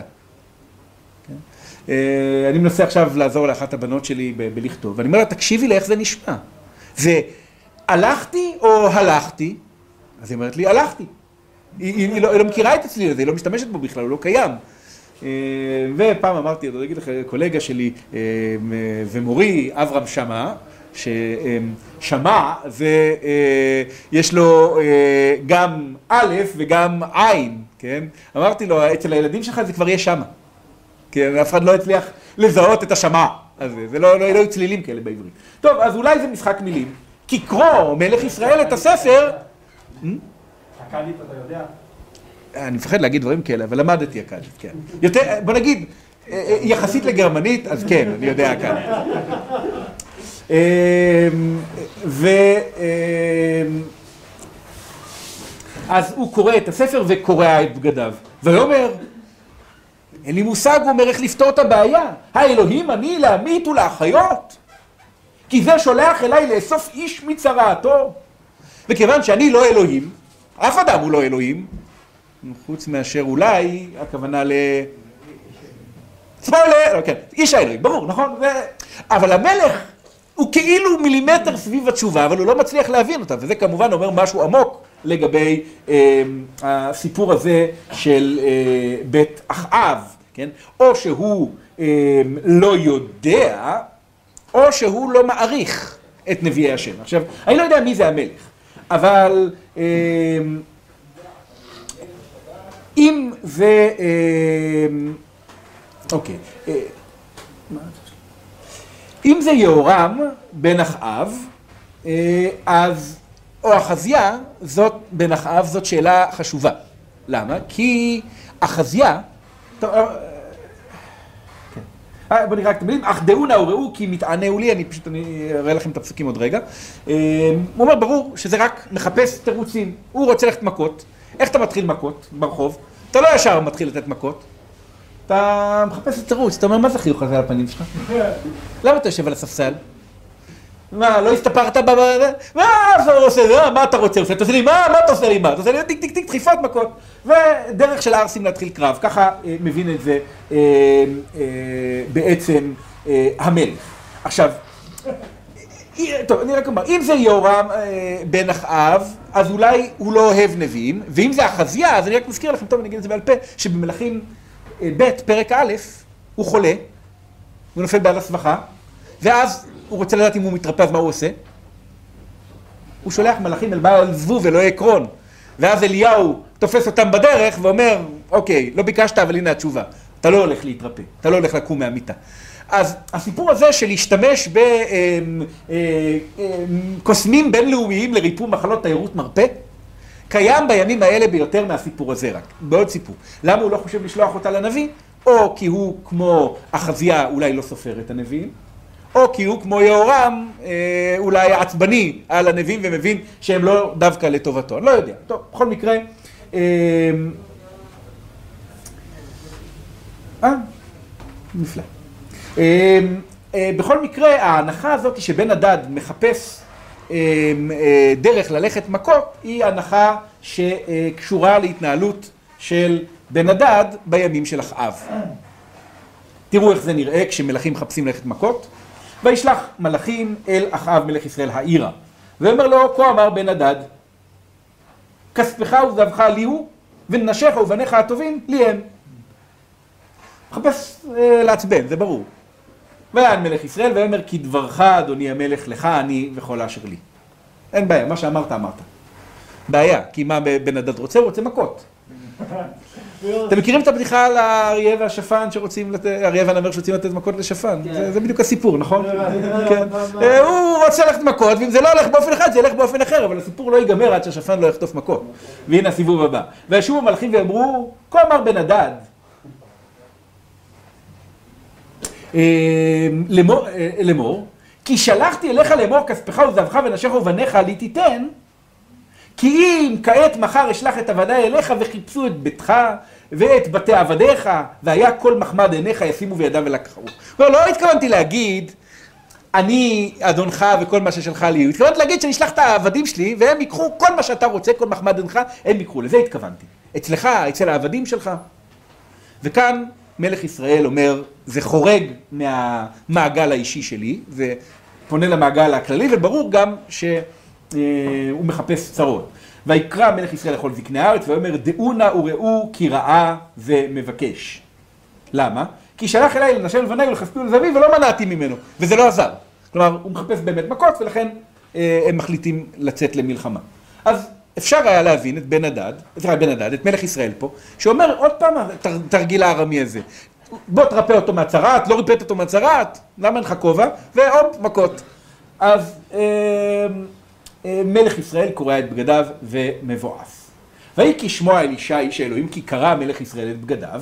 אני מנסה עכשיו לעזור לאחת הבנות שלי בלכתוב, ואני אומר לה, תקשיבי לי איך זה נשמע. זה הלכתי או הלכתי? אז היא אומרת לי, הלכתי. היא לא מכירה את הצליל הזה, היא לא משתמשת בו בכלל, הוא לא קיים. ופעם אמרתי, אני אגיד לך, קולגה שלי ומורי, אברהם שמע, ששמע זה, יש לו גם א' וגם עין, כן? אמרתי לו, אצל הילדים שלך זה כבר יש שמה. כן, אף אחד לא הצליח לזהות את השמע הזה, זה לא היו צלילים כאלה בעברית. טוב, אז אולי זה משחק מילים. כי קרוא מלך ישראל את הספר... אכדית, אתה יודע? אני מפחד להגיד דברים כאלה, אבל למדתי אכדית, כן. יותר, בוא נגיד, יחסית לגרמנית, אז כן, אני יודע אכדית. אז הוא קורא את הספר וקורא את בגדיו. ואומר, אין לי מושג, הוא אומר איך לפתור את הבעיה. האלוהים אני להמית ולהחיות. כי זה שולח אליי לאסוף איש מצרעתו. וכיוון שאני לא אלוהים, אף אדם הוא לא אלוהים, חוץ מאשר אולי, הכוונה ספוילר, כן, איש האלוהים, ברור, נכון? אבל המלך הוא כאילו מילימטר סביב התשובה, אבל הוא לא מצליח להבין אותה, וזה כמובן אומר משהו עמוק לגבי הסיפור הזה של בית אחאב, כן? או שהוא לא יודע, או שהוא לא מעריך את נביאי השם. עכשיו, אני לא יודע מי זה המלך, אבל אם זה, אוקיי, אם זה יהורם בן אחאב, אז, או אחזיה, בן אחאב, זאת שאלה חשובה. למה? כי אחזיה, בוא נראה רק את המילים, אך דעו נא וראו כי מתענהו לי, אני אראה לכם את הפסוקים עוד רגע. הוא אומר ברור שזה רק מחפש תירוצים, הוא רוצה ללכת מכות. איך אתה מתחיל מכות ברחוב? אתה לא ישר מתחיל לתת מכות, אתה מחפש את תירוץ, אתה אומר מה זה חיוך הזה על הפנים שלך? למה אתה יושב על הספסל? מה, לא הסתפרת בזה? מה אתה רוצה? אתה עושה לי מה? מה אתה עושה לי מה? אתה עושה לי טיק טיק טיק דחיפות מכות. ודרך של הערסים להתחיל קרב, ככה מבין את זה בעצם המלך. עכשיו, טוב, אני רק אומר, אם זה יהורם בן אחאב, אז אולי הוא לא אוהב נביאים, ואם זה אחזיה, אז אני רק מזכיר לכם, טוב, אני אגיד את זה בעל פה, שבמלכים ב' פרק א', הוא חולה, הוא נופל בעד הסבכה, ואז הוא רוצה לדעת אם הוא מתרפא, אז מה הוא עושה? הוא שולח מלאכים אל בעל זבוב ולא עקרון, ואז אליהו תופס אותם בדרך ואומר, אוקיי, לא ביקשת, אבל הנה התשובה, אתה לא הולך להתרפא, אתה לא הולך לקום מהמיטה. אז הסיפור הזה של להשתמש בקוסמים בינלאומיים לריפוי מחלות תיירות מרפא, קיים בימים האלה ביותר מהסיפור הזה רק, בעוד סיפור. למה הוא לא חושב לשלוח אותה לנביא? או כי הוא כמו אחזיה אולי לא סופר את הנביאים, או כי הוא כמו יהורם אולי עצבני על הנביאים ומבין שהם לא דווקא לטובתו. אני לא יודע. טוב, בכל מקרה, נפלא. בכל מקרה, ההנחה הזאת שבן הדד מחפש דרך ללכת מכות, היא הנחה שקשורה להתנהלות של בן הדד בימים של אחאב. תראו איך זה נראה כשמלכים מחפשים ללכת מכות. וישלח מלאכים אל אחאב מלך ישראל העירה. ואומר לו, כה אמר בן הדד, כספך וזבך לי הוא, ונשיך ובניך הטובים לי הם. מחפש לעצבן, זה ברור. ויען מלך ישראל ואומר, כי דברך אדוני המלך לך אני וכל אשר לי. אין בעיה, מה שאמרת אמרת. בעיה, כי מה בן הדד רוצה? הוא רוצה מכות. אתם מכירים את הבדיחה על האריה והשפן שרוצים לתת, האריה והנמר שרוצים לתת מכות לשפן? זה בדיוק הסיפור, נכון? הוא רוצה ללכת מכות, ואם זה לא הולך באופן אחד, זה ילך באופן אחר, אבל הסיפור לא ייגמר עד שהשפן לא יחטוף מכות. והנה הסיבוב הבא. וישובו המלאכים ואמרו, כה אמר בן הדד, לאמור, כי שלחתי אליך לאמור כספך וזבך ונשיך ובניך לי תיתן, כי אם כעת מחר אשלח את עבדיי אליך וחיפשו את ביתך ואת בתי עבדיך, והיה כל מחמד עיניך ישימו בידם ולקחו. לא התכוונתי להגיד, אני אדונך וכל מה ששלך לי. התכוונתי להגיד שאני אשלח את העבדים שלי והם ייקחו כל מה שאתה רוצה, כל מחמד עינך, הם ייקחו. לזה התכוונתי. אצלך, אצל העבדים שלך. וכאן מלך ישראל אומר, זה חורג מהמעגל האישי שלי, ופונה למעגל הכללי, וברור גם שהוא מחפש צרות. ויקרא מלך ישראל לכל זקני הארץ, ואומר, דעו נא וראו כי ראה ומבקש. למה? כי שלח אליי לנשי ולבני ולכספי ולזהבי, ולא מנעתי ממנו, וזה לא עזר. כלומר, הוא מחפש באמת מכות, ולכן הם מחליטים לצאת למלחמה. אז אפשר היה להבין את בן הדד, את מלך ישראל פה, שאומר עוד פעם תרגיל הארמי הזה. בוא תרפא אותו מהצרעת, לא ריפאת אותו מהצרעת, למה אין לך כובע? והופ, מכות. אז מלך ישראל קורע את בגדיו ומבואס. ויהי כי שמוע אלישע איש האלוהים, כי קרע מלך ישראל את בגדיו,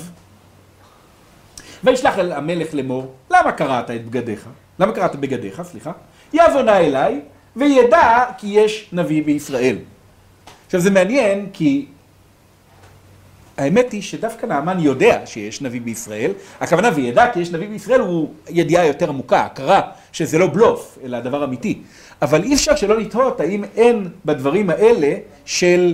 וישלח אל המלך לאמור, למה קרעת את בגדיך? למה קרעת בגדיך, סליחה? יבוא נא אליי, וידע כי יש נביא בישראל. עכשיו זה מעניין, כי האמת היא שדווקא נעמן יודע שיש נביא בישראל, הכוונה וידע כי יש נביא בישראל הוא ידיעה יותר עמוקה, הכרה שזה לא בלוף, אלא דבר אמיתי. אבל אי אפשר שלא לתהות האם אין בדברים האלה של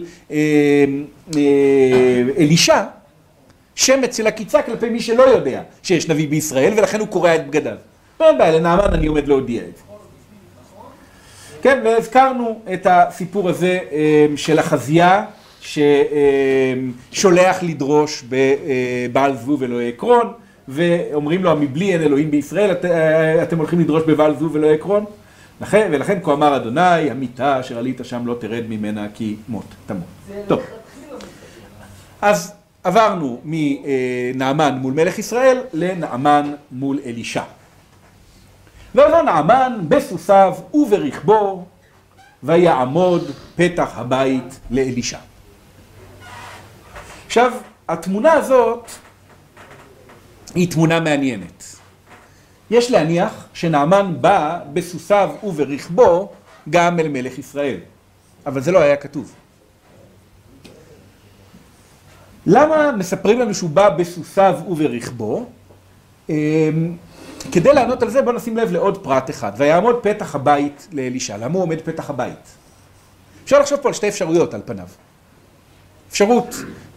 אלישע, שמץ של עקיצה כלפי מי שלא יודע שיש נביא בישראל, ולכן הוא קורע את בגדיו. ואין בעיה, לנעמן אני עומד להודיע את זה. כן, והזכרנו את הסיפור הזה של אחזיה, ששולח לדרוש בבעל זבוב אלוהי עקרון, ואומרים לו, מבלי אין אלוהים בישראל, אתם הולכים לדרוש בבעל זבוב אלוהי עקרון? ולכן כה אמר אדוני, המיטה אשר עלית שם לא תרד ממנה כי מות, תמות. טוב, אז עברנו מנעמן מול מלך ישראל לנעמן מול אלישע. ועבר נעמן בסוסיו וברכבו, ויעמוד פתח הבית לאלישע. עכשיו, התמונה הזאת היא תמונה מעניינת. יש להניח שנעמן בא בסוסיו וברכבו גם אל מלך ישראל, אבל זה לא היה כתוב. למה מספרים לנו שהוא בא בסוסיו וברכבו? כדי לענות על זה בוא נשים לב לעוד פרט אחד. ויעמוד פתח הבית לאלישע. למה הוא עומד פתח הבית? אפשר לחשוב פה על שתי אפשרויות על פניו. אפשרות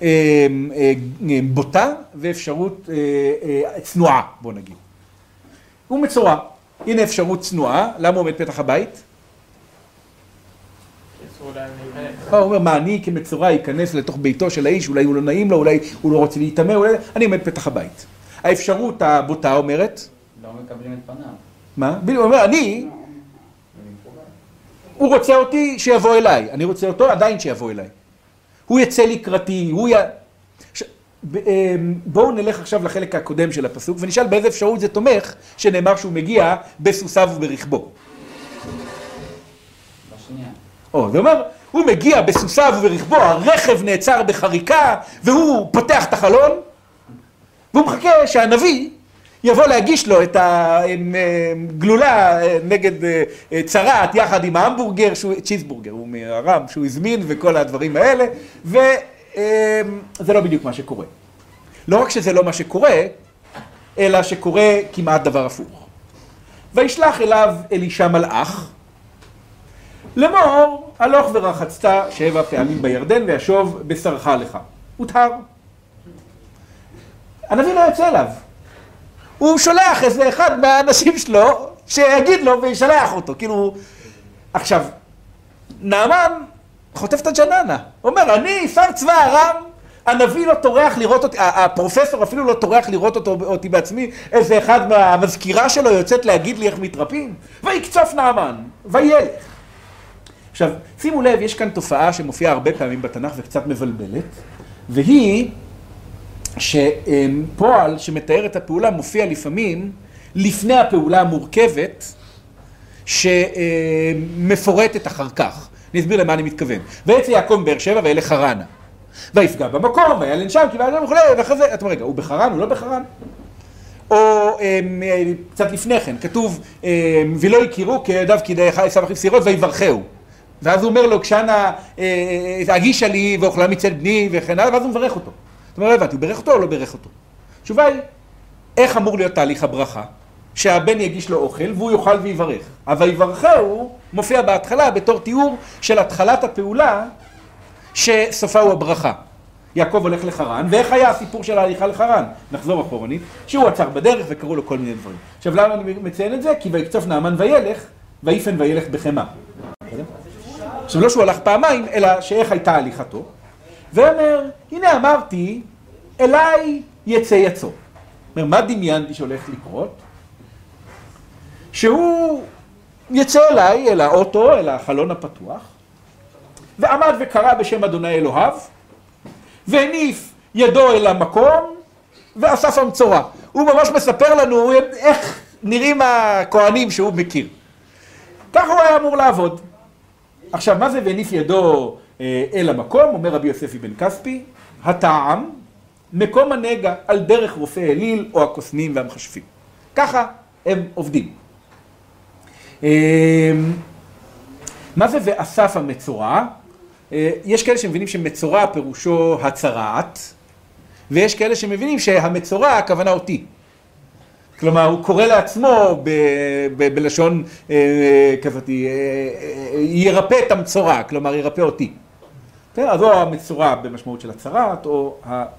בוטה ואפשרות צנועה, בוא נגיד. הוא מצורע. הנה אפשרות צנועה. למה הוא עומד פתח הבית? הוא אומר, מה, אני כמצורע ייכנס לתוך ביתו של האיש, אולי הוא לא נעים לו, אולי הוא לא רוצה להתאמה, אני עומד פתח הבית. האפשרות הבוטה אומרת, לא מקבלים את פניו. מה? הוא אומר, הוא רוצה אותי שיבוא אליי, אני רוצה אותו עדיין שיבוא אליי. הוא יצא לקראתי, בואו נלך עכשיו לחלק הקודם של הפסוק, ונשאל באיזה אפשרות זה תומך, שנאמר שהוא מגיע בסוסיו וברכבו. בשנייה. זה אומר, הוא מגיע בסוסיו וברכבו, הרכב נעצר בחריקה, והוא פותח את החלון, והוא מחכה שהנביא יבוא להגיש לו את הגלולה נגד צרעת, יחד עם ההמבורגר, צ'יזבורגר, הוא מהרם, שהוא הזמין וכל הדברים האלה, וזה לא בדיוק מה שקורה. לא רק שזה לא מה שקורה, אלא שקורה כמעט דבר הפוך. וישלח אליו אלישע מלאך, לאמור, הלוך ורחצת 7 פעמים בירדן וישוב בשרך לך. הוא טהר. הנביא לא יוצא אליו. הוא שולח איזה אחד מהאנשים שלו שיגיד לו וישלח אותו. כאילו, עכשיו, נעמן חוטף את הג'ננה. הוא אומר, אני שר צבא ארם, הנביא לא טורח לראות אותי, הפרופסור אפילו לא טורח לראות אותי בעצמי, איזה אחד מהמזכירה שלו יוצאת להגיד לי איך מתרפאים. ויקצוף נעמן, וילך. עכשיו, שימו לב, יש כאן תופעה שמופיעה הרבה פעמים בתנ"ך וקצת מבלבלת, והיא שפועל שמתאר את הפעולה מופיע לפעמים לפני הפעולה המורכבת שמפורטת אחר כך. אני אסביר למה אני מתכוון. ויצא יעקב באר שבע וילך חרנה. ויפגע במקום, וילן שם, כי וילן וכו', ואחרי זה, אתה אומר, רגע, הוא בחרן, הוא לא בחרן? או קצת לפני כן, כתוב, ולא יכירו כידיו כדי עשיו אחיו סירות ויברכהו. ואז הוא אומר לו, כשאנה הגישה לי ואוכלה מצל בני וכן הלאה, ואז הוא מברך אותו. זאת אומרת, לא הבנתי, הוא ברך אותו או לא ברך אותו? התשובה היא, איך אמור להיות תהליך הברכה? שהבן יגיש לו אוכל והוא יאכל ויברך. אבל ויברכהו מופיע בהתחלה בתור תיאור של התחלת הפעולה שסופה הוא הברכה. יעקב הולך לחרן, ואיך היה הסיפור של ההליכה לחרן? נחזור אחורנית, שהוא עצר בדרך וקראו לו כל מיני דברים. עכשיו למה אני מציין את זה? כי ויקצוף נעמן וילך, ויפן וילך בחמה. עכשיו לא שהוא הלך פעמיים, אלא שאיך הייתה הליכתו. ואומר, הנה אמרתי, אליי יצא יצוא. אומר, מה דמיינתי שהולך לקרות? שהוא יצא אליי, אל האוטו, אל החלון הפתוח, ועמד וקרא בשם אדוני אלוהיו, והניף ידו אל המקום, ואסף המצורע. הוא ממש מספר לנו איך נראים הכהנים שהוא מכיר. ככה הוא היה אמור לעבוד. עכשיו, מה זה והניף ידו אל המקום? אומר רבי יוסף אבן כספי, הטעם, מקום הנגע על דרך רופא אליל או הקוסמים והמחשבים. ככה הם עובדים. מה זה ואסף המצורע? יש כאלה שמבינים שמצורע פירושו הצרעת, ויש כאלה שמבינים שהמצורע הכוונה אותי. כלומר, הוא קורא לעצמו בלשון כזאת, ירפא את המצורע, כלומר, ירפא אותי. אז או המצורע במשמעות של הצרעת, או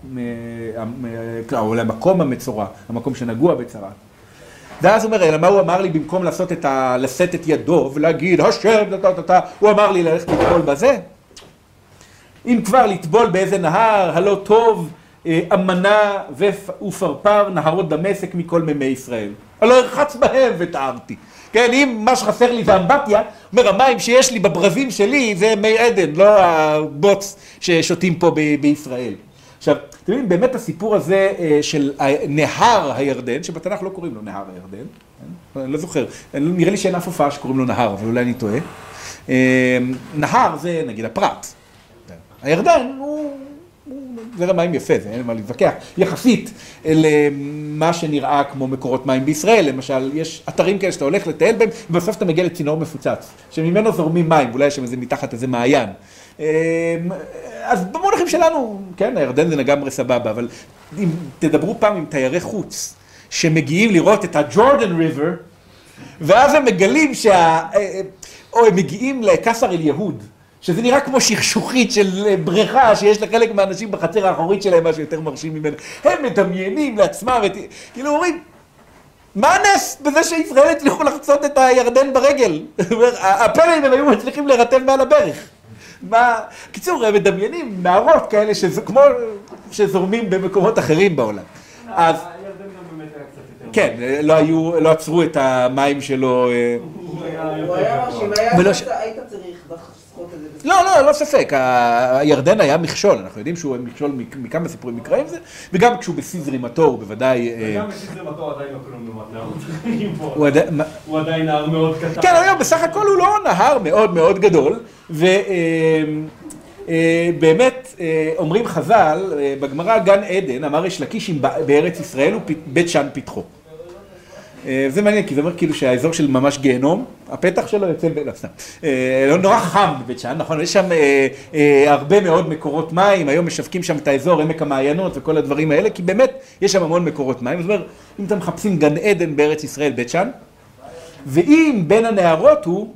למקום המצורע, המקום שנגוע בצרעת. ואז הוא אומר, אלא מה הוא אמר לי במקום לשאת את ידו ולהגיד, השם, הוא אמר לי ללכת לטבול בזה? אם כבר לטבול באיזה נהר, הלא טוב, אמנה ופרפר נהרות דמשק מכל מימי ישראל. הלא הרחץ בהם וטהרתי. כן, אם מה שחסר לי זה אמבטיה, אומר, המים שיש לי בברזים שלי זה מי עדן, לא הבוץ ששותים פה בישראל. עכשיו, אתם יודעים, באמת הסיפור הזה של נהר הירדן, שבתנ"ך לא קוראים לו נהר הירדן, אני לא זוכר, נראה לי שאין אף הופעה שקוראים לו נהר, אבל אולי אני טועה. נהר זה נגיד הפרת. הירדן הוא זרם מים יפה, זה אין מה להתווכח. יחסית למה שנראה כמו מקורות מים בישראל, למשל, יש אתרים כאלה שאתה הולך לטייל בהם, ובסוף אתה מגיע לצינור מפוצץ, שממנו זורמים מים, אולי יש שם איזה מתחת איזה מעיין. אז במונחים שלנו, כן, הירדן זה לגמרי סבבה, אבל אם תדברו פעם עם תיירי חוץ, שמגיעים לראות את הג'ורדן ריבר, ואז הם מגלים או הם מגיעים לקסר אל יהוד, שזה נראה כמו שכשוכית של בריכה שיש לחלק מהאנשים בחצר האחורית שלהם, משהו יותר מרשים ממנו. הם מדמיינים לעצמם, כאילו אומרים, מה הנס בזה שישראל הצליחו לחצות את הירדן ברגל? הפלאים הם היו מצליחים לרטב מעל הברך. קיצור, הם מדמיינים נערות כאלה כמו שזורמים במקומות אחרים בעולם. הירדן גם באמת היה קצת יותר. כן, לא עצרו את המים שלו. הוא היה הוא היה מרשים, היית צריך לחסכות את זה. לא ספק, הירדן היה מכשול, אנחנו יודעים שהוא מכשול מכמה סיפורים מקראיים זה, וגם כשהוא בשיא זרימתו הוא בוודאי... וגם בשיא זרימתו עדיין לא כלום לעומת נהרות אחרים פה. הוא עדיין נהר מאוד קטן. כן, היום בסך הכל הוא לא נהר מאוד מאוד גדול, ובאמת אומרים חז"ל, בגמרא גן עדן, אמר יש לקיש בארץ ישראל הוא בית שאן פתחו. זה מעניין, כי זה אומר כאילו שהאזור של ממש גיהנום, הפתח שלו יוצא לא נורא חם בבית שאן, נכון? יש שם הרבה מאוד מקורות מים, היום משווקים שם את האזור, עמק המעיינות וכל הדברים האלה, כי באמת יש שם המון מקורות מים. זאת אומרת, אם אתם מחפשים גן עדן בארץ ישראל, בית שאן, ואם בין הנהרות הוא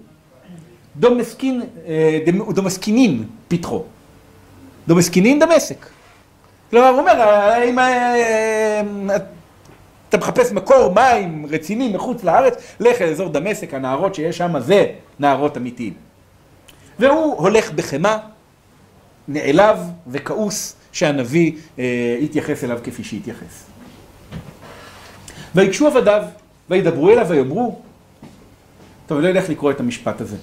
דומסקינין פתחו. דומסקינין דמשק. כלומר, הוא אומר, אם אתה מחפש מקור מים רציני מחוץ לארץ, לך לאזור דמשק, הנהרות שיש שם זה נהרות אמיתיים. והוא הולך בחמה, נעלב וכעוס שהנביא יתייחס אליו כפי שיתייחס. ויקשו עבדיו וידברו אליו ויאמרו, טוב, אני לא יודע איך לקרוא את המשפט הזה.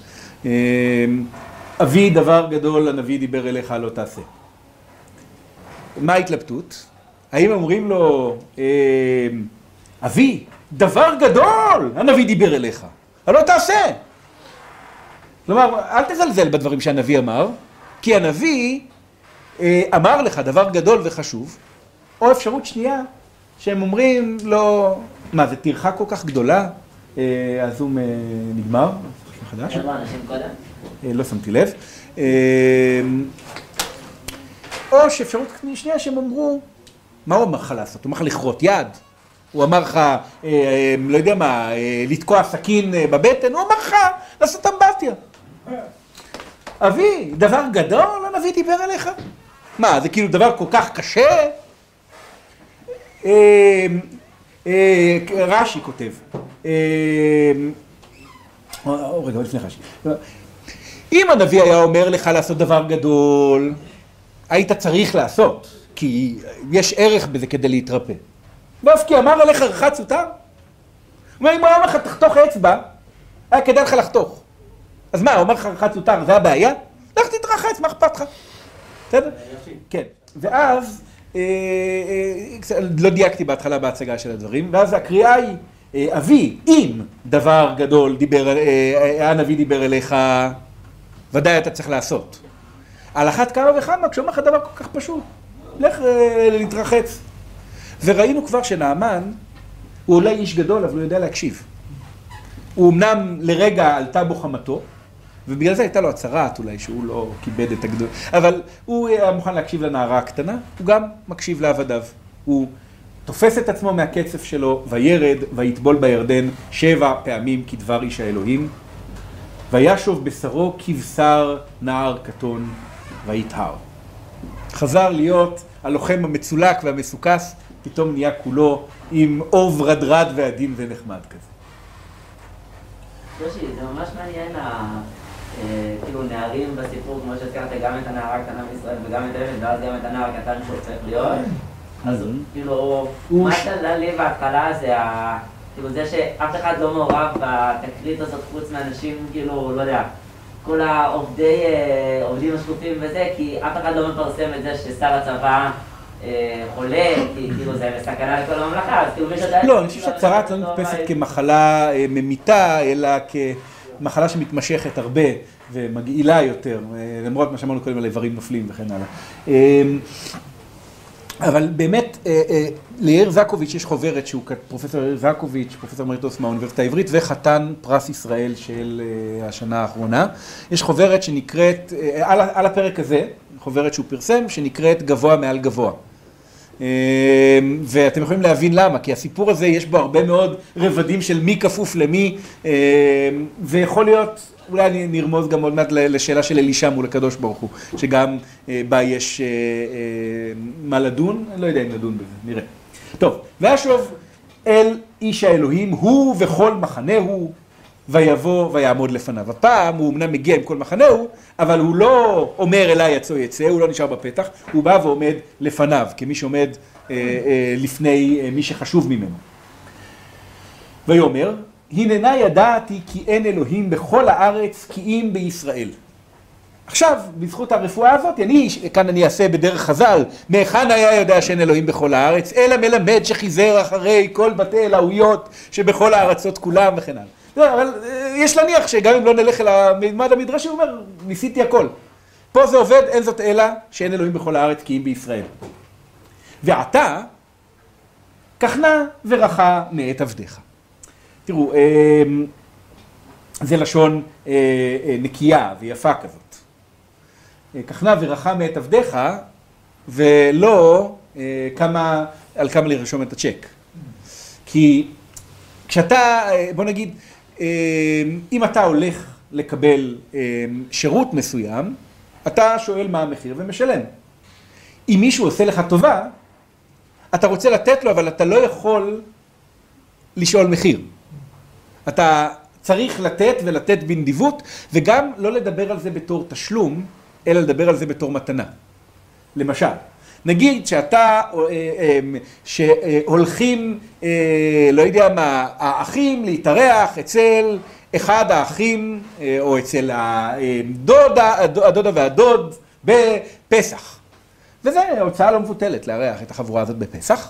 אבי דבר גדול, הנביא דיבר אליך, לא תעשה. מה ההתלבטות? האם אומרים לו, אבי, דבר גדול, הנביא דיבר אליך, לא תעשה. כלומר, אל תזלזל בדברים שהנביא אמר, כי הנביא אמר לך דבר גדול וחשוב, או אפשרות שנייה, שהם אומרים לו, מה, זה טרחה כל כך גדולה, הזום נגמר, חדש? אנשים קודם? לא שמתי לב. או שאפשרות שנייה שהם אמרו, מה הוא אמר לך לעשות? הוא אמר לך לכרות יד? הוא אמר לך, לא יודע מה, לתקוע סכין בבטן? הוא אמר לך לעשות אמבטיה. אבי, דבר גדול, הנביא דיבר אליך? מה, זה כאילו דבר כל כך קשה? רש"י כותב, רגע, לפני רש"י. אם הנביא היה אומר לך לעשות דבר גדול, היית צריך לעשות, כי יש ערך בזה כדי להתרפא. ואף כי אמר עליך רחץ יותר? הוא אומר, אם הוא אמר לך תחתוך אצבע, היה כדאי לך לחתוך. אז מה, הוא אמר לך רחץ יותר, זה הבעיה? לך תתרחץ, מה אכפת לך? בסדר? כן. ואז, לא דייקתי בהתחלה בהצגה של הדברים, ואז הקריאה היא, אבי, אם דבר גדול הנביא דיבר אליך, ודאי אתה צריך לעשות. על אחת כמה וכמה, כשאומר לך דבר כל כך פשוט, לך להתרחץ. וראינו כבר שנעמן, הוא אולי איש גדול, אבל הוא יודע להקשיב. הוא אמנם לרגע עלתה בו חמתו, ובגלל זה הייתה לו הצהרת אולי שהוא לא כיבד את הגדול, אבל הוא היה מוכן להקשיב לנערה הקטנה, הוא גם מקשיב לעבדיו. הוא תופס את עצמו מהקצף שלו, וירד ויטבול בירדן 7 פעמים כדבר איש האלוהים, וישוב בשרו כבשר נער קטון ויטהר. חזר להיות הלוחם המצולק והמסוכס, פתאום נהיה כולו עם אור ורדרד ועדין ונחמד כזה. יושי, זה ממש מעניין, כאילו נערים בסיפור, כמו שהזכרת, גם את הנערה הקטנה בישראל וגם את אבן, ואז גם את הנער הקטן שהוא צריך להיות. אז כאילו, מה שעלה לי בהתחלה זה כאילו זה שאף אחד לא מעורב בתקרית הזאת חוץ מאנשים, כאילו, לא יודע, כל העובדים השקופים וזה, כי אף אחד לא מפרסם את זה ששר הצבא חולה, כי כאילו זה מסכנה לכל הממלכה, אז כאילו מישהו יודע... לא, אני חושב שהצהרת לא נתפסת כמחלה ממיתה, אלא כמחלה שמתמשכת הרבה ומגעילה יותר, למרות מה שאמרנו קודם על איברים נופלים וכן הלאה. אבל באמת, ליאיר זקוביץ' יש חוברת שהוא פרופסור ליאיר זקוביץ', פרופסור אמריטוס מהאוניברסיטה העברית וחתן פרס ישראל של השנה האחרונה. יש חוברת שנקראת, על הפרק הזה, חוברת שהוא פרסם, שנקראת גבוה מעל גבוה. ואתם יכולים להבין למה, כי הסיפור הזה יש בו הרבה מאוד רבדים של מי כפוף למי, ויכול להיות, אולי נרמוז גם עוד מעט לשאלה של אלישע מול הקדוש ברוך הוא, שגם בה יש מה לדון, אני לא יודע אם לדון בזה, נראה. טוב, וישוב אל איש האלוהים, הוא וכל מחנהו, ויבוא ויעמוד לפניו. הפעם הוא אמנם מגיע עם כל מחנהו, אבל הוא לא אומר אליי יצא יצא, הוא לא נשאר בפתח, הוא בא ועומד לפניו, כמי שעומד לפני מי שחשוב ממנו. ויאמר, הננה ידעתי כי אין אלוהים בכל הארץ כי אם בישראל. עכשיו, בזכות הרפואה הזאת, כאן אני אעשה בדרך חז"ל, מהיכן היה יודע שאין אלוהים בכל הארץ, אלא מלמד שחיזר אחרי כל בתי אלוהיות שבכל הארצות כולם וכן הלאה. לא, אבל יש להניח שגם אם לא נלך אל הממד המדרשי, הוא אומר, ניסיתי הכל. פה זה עובד, אין זאת אלא שאין אלוהים בכל הארץ כי אם בישראל. ועתה, כחנה ורחה מאת עבדיך. תראו, זה לשון נקייה ויפה כזאת. כחנה ורחה מאת עבדיך, ולא על כמה לרשום את הצ'ק. כי כשאתה, בוא נגיד, אם אתה הולך לקבל שירות מסוים, אתה שואל מה המחיר ומשלם. אם מישהו עושה לך טובה, אתה רוצה לתת לו, אבל אתה לא יכול לשאול מחיר. אתה צריך לתת ולתת בנדיבות, וגם לא לדבר על זה בתור תשלום, אלא לדבר על זה בתור מתנה. למשל, נגיד שאתה, שהולכים, לא יודע מה, האחים להתארח אצל אחד האחים, או אצל הדודה והדוד בפסח. וזה הוצאה לא מבוטלת לארח את החבורה הזאת בפסח.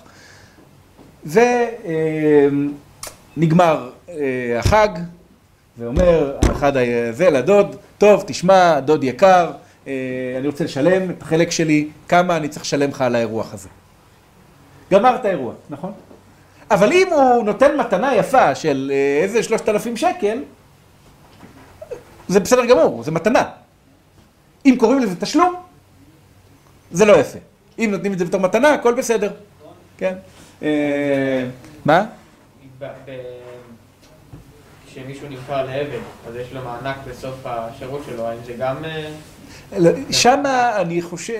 ונגמר החג, ואומר אחד הזה לדוד, טוב, תשמע, דוד יקר, אני רוצה לשלם את החלק שלי, כמה אני צריך לשלם לך על האירוח הזה. גמר את האירוע, נכון? אבל אם הוא נותן מתנה יפה של איזה 3,000 שקל, זה בסדר גמור, זה מתנה. אם קוראים לזה תשלום, זה לא יפה. אם נותנים את זה בתור מתנה, הכל בסדר. כן? מה? כשמישהו נבחר לעבד, אז יש לו מענק בסוף השירות שלו, האם זה גם... שמה אני חושב,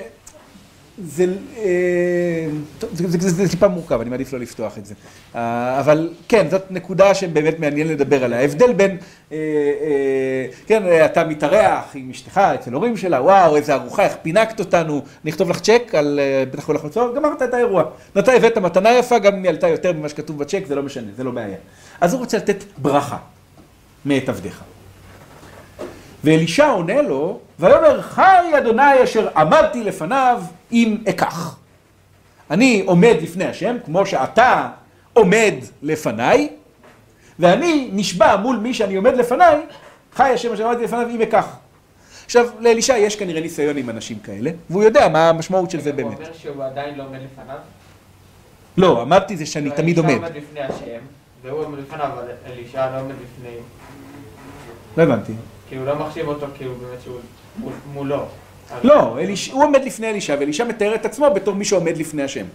זה טיפה מורכב, אני מעדיף לא לפתוח את זה. אבל כן, זאת נקודה שבאמת מעניין לדבר עליה. ההבדל בין, כן, אתה מתארח עם אשתך, אצל הורים שלה, וואו, איזה ארוחה, איך פינקת אותנו, נכתוב לך צ'ק על בטח כל החוצות, גמרת את האירוע. אתה הבאת מתנה יפה, גם אם היא עלתה יותר ממה שכתוב בצ'ק, זה לא משנה, זה לא בעיה. אז הוא רוצה לתת ברכה מאת עבדיך. ואלישע עונה לו, ויאמר חי אדוני אשר עמדתי לפניו אם אקח. אני עומד לפני השם, כמו שאתה עומד לפניי, ואני נשבע מול מי שאני עומד לפניי, חי השם אשר עמדתי לפניו אם אקח. עכשיו, לאלישע יש כנראה ניסיון עם אנשים כאלה, והוא יודע מה המשמעות של זה באמת. הוא אומר שהוא עדיין לא עומד לפניו? לא, אמרתי זה שאני תמיד עומד. אלישע עומד לפני השם, והוא עומד לפניו, אבל אלישע לא עומד לפני... לא הבנתי. כי הוא לא מחשיב אותו, כי הוא באמת שהוא מולו. לא, הוא עומד לפני אלישע, ואלישע מתאר את עצמו בתור מי שעומד לפני השם.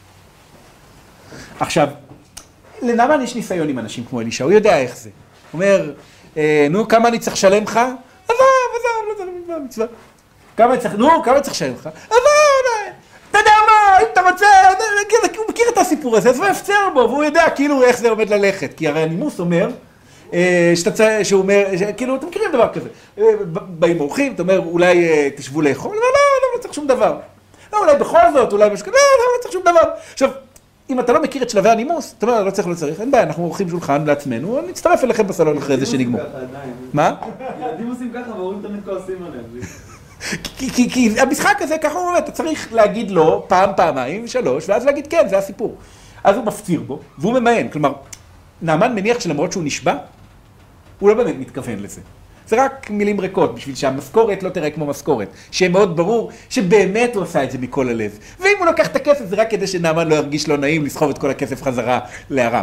עכשיו, לנעמן יש ניסיון עם אנשים כמו אלישע, הוא יודע איך זה. הוא אומר, נו, כמה אני צריך לשלם לך? עזוב, לא צריך מצווה. כמה אני צריך לשלם לך? עזוב, אתה יודע מה, אם אתה רוצה, הוא מכיר את הסיפור הזה, אז הוא יפצר בו, והוא יודע כאילו איך זה עומד ללכת. כי הרי הנימוס אומר, שהוא אומר, כאילו, אתם מכירים דבר כזה. באים אורחים, אתה אומר, אולי תשבו לאכול? לא צריך שום דבר. לא, אולי בכל זאת, אולי משהו, לא צריך שום דבר. עכשיו, אם אתה לא מכיר את שלבי הנימוס, אתה אומר, לא צריך, אין בעיה, אנחנו עורכים שולחן לעצמנו, נצטרף אליכם בסלון אחרי זה שנגמור. מה? ילדים עושים ככה, והורים תמיד כועסים עליהם. כי המשחק הזה, ככה הוא אומר, אתה צריך להגיד לו פעם, פעמיים, 3, ואז להגיד כן, זה הסיפור. אז הוא מפציר בו, והוא ממאן. כלומר, נעמן מניח שלמרות שהוא נשבע, הוא לא באמת מתכוון לזה. זה רק מילים ריקות, בשביל שהמשכורת לא תראה כמו משכורת. שיהיה מאוד ברור שבאמת הוא עשה את זה מכל הלב. ואם הוא לוקח את הכסף, זה רק כדי שנעמן לא ירגיש לא נעים לסחוב את כל הכסף חזרה לארם.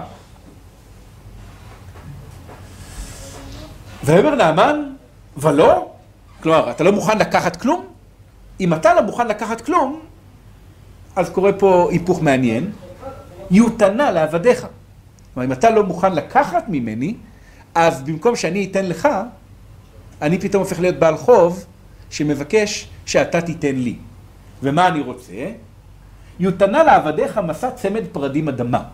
ואומר נעמן, ולא, כלומר, אתה לא מוכן לקחת כלום? אם אתה לא מוכן לקחת כלום, אז קורה פה היפוך מעניין, יותנה לעבדיך. כלומר, אם אתה לא מוכן לקחת ממני, אז במקום שאני אתן לך, אני פתאום הופך להיות בעל חוב שמבקש שאתה תיתן לי. ומה אני רוצה? יותנה לעבדיך מסע צמד פרדים אדמה.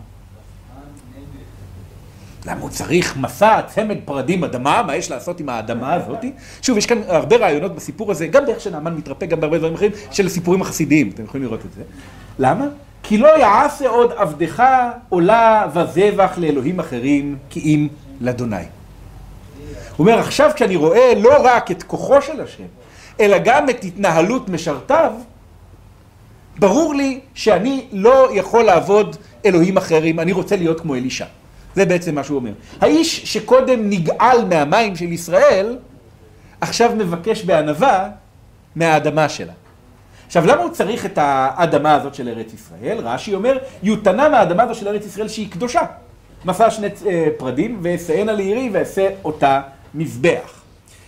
למה הוא צריך מסע צמד פרדים אדמה? מה יש לעשות עם האדמה הזאת? שוב, יש כאן הרבה רעיונות בסיפור הזה, גם דרך שנעמן מתרפא, גם בהרבה דברים אחרים, של הסיפורים החסידיים. אתם יכולים לראות את זה. למה? כי לא יעשה עוד עבדך עולה וזבח לאלוהים אחרים, כי אם לאדוני. הוא אומר, עכשיו כשאני רואה לא רק את כוחו של השם, אלא גם את התנהלות משרתיו, ברור לי שאני לא יכול לעבוד אלוהים אחרים, אני רוצה להיות כמו אלישע. זה בעצם מה שהוא אומר. האיש שקודם נגעל מהמים של ישראל, עכשיו מבקש בענווה מהאדמה שלה. עכשיו, למה הוא צריך את האדמה הזאת של ארץ ישראל? רש"י אומר, יותנה מהאדמה הזאת של ארץ ישראל שהיא קדושה. מסע שני פרדים, ואשאנה לעירי ואעשה אותה מזבח.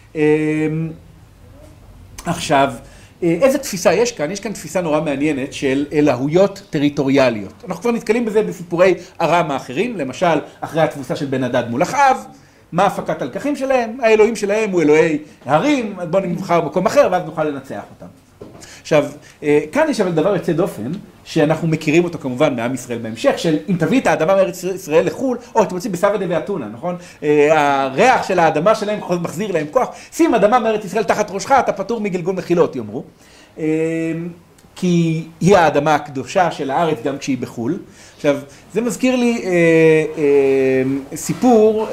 עכשיו, איזה תפיסה יש כאן? יש כאן תפיסה נורא מעניינת של אלוהויות טריטוריאליות. אנחנו כבר נתקלים בזה בסיפורי ארם האחרים, למשל, אחרי התבוסה של בן הדד מול אחאב, מה הפקת הלקחים שלהם? האלוהים שלהם הוא אלוהי הרים, אז בואו נבחר במקום אחר ואז נוכל לנצח אותם. עכשיו, כאן יש אבל דבר יוצא דופן, שאנחנו מכירים אותו כמובן מעם ישראל בהמשך, של אם תביא את האדמה מארץ ישראל לחול, או אתם רוצים בסבא דבי אתונה, נכון? הריח של האדמה שלהם מחזיר להם כוח, שים אדמה מארץ ישראל תחת ראשך, אתה פטור מגלגול מחילות, יאמרו. כי היא האדמה הקדושה של הארץ גם כשהיא בחול. עכשיו, זה מזכיר לי סיפור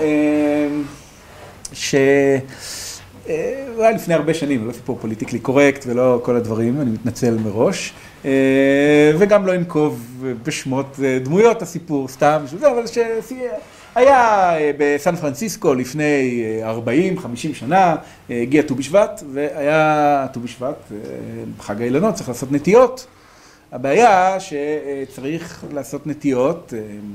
היה לפני הרבה שנים, לא סיפור פוליטיקלי קורקט ולא כל הדברים, אני מתנצל מראש, וגם לא אנקוב בשמות דמויות הסיפור, סתם, אבל היה בסן פרנסיסקו לפני 40-50 שנה, הגיע ט"ו בשבט, והיה ט"ו בשבט, בחג האילנות צריך לעשות נטיות. הבעיה שצריך לעשות נטיות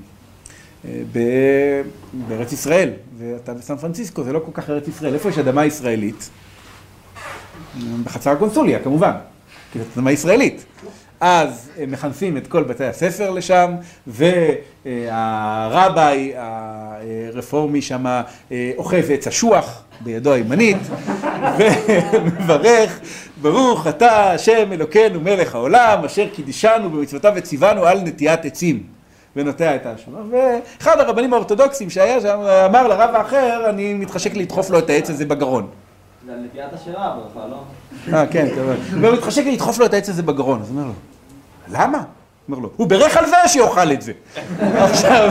בארץ ישראל, ואתה בסן פרנסיסקו, זה לא כל כך ארץ ישראל. איפה יש אדמה ישראלית? בחצר הקונסוליה, כמובן, כי זאת אדמה ישראלית. אז מכנסים את כל בתי הספר לשם, והרביי הרפורמי שם אוחז עץ אשוח בידו הימנית, ומברך, ברוך אתה השם אלוקינו מלך העולם, אשר קידשנו במצוותיו וציוונו על נטיית עצים. ונוטע את האשמה. ואחד הרבנים האורתודוקסים שהיה שם אמר לרב האחר, אני מתחשק לדחוף לו את העץ הזה בגרון. זה על נטיית השירה, ברכה, לא? כן, טוב. הוא מתחשק לדחוף לו את העץ הזה בגרון. אז הוא אומר לו, למה? אומר לו, הוא ברך על זה שיאכל את זה. עכשיו,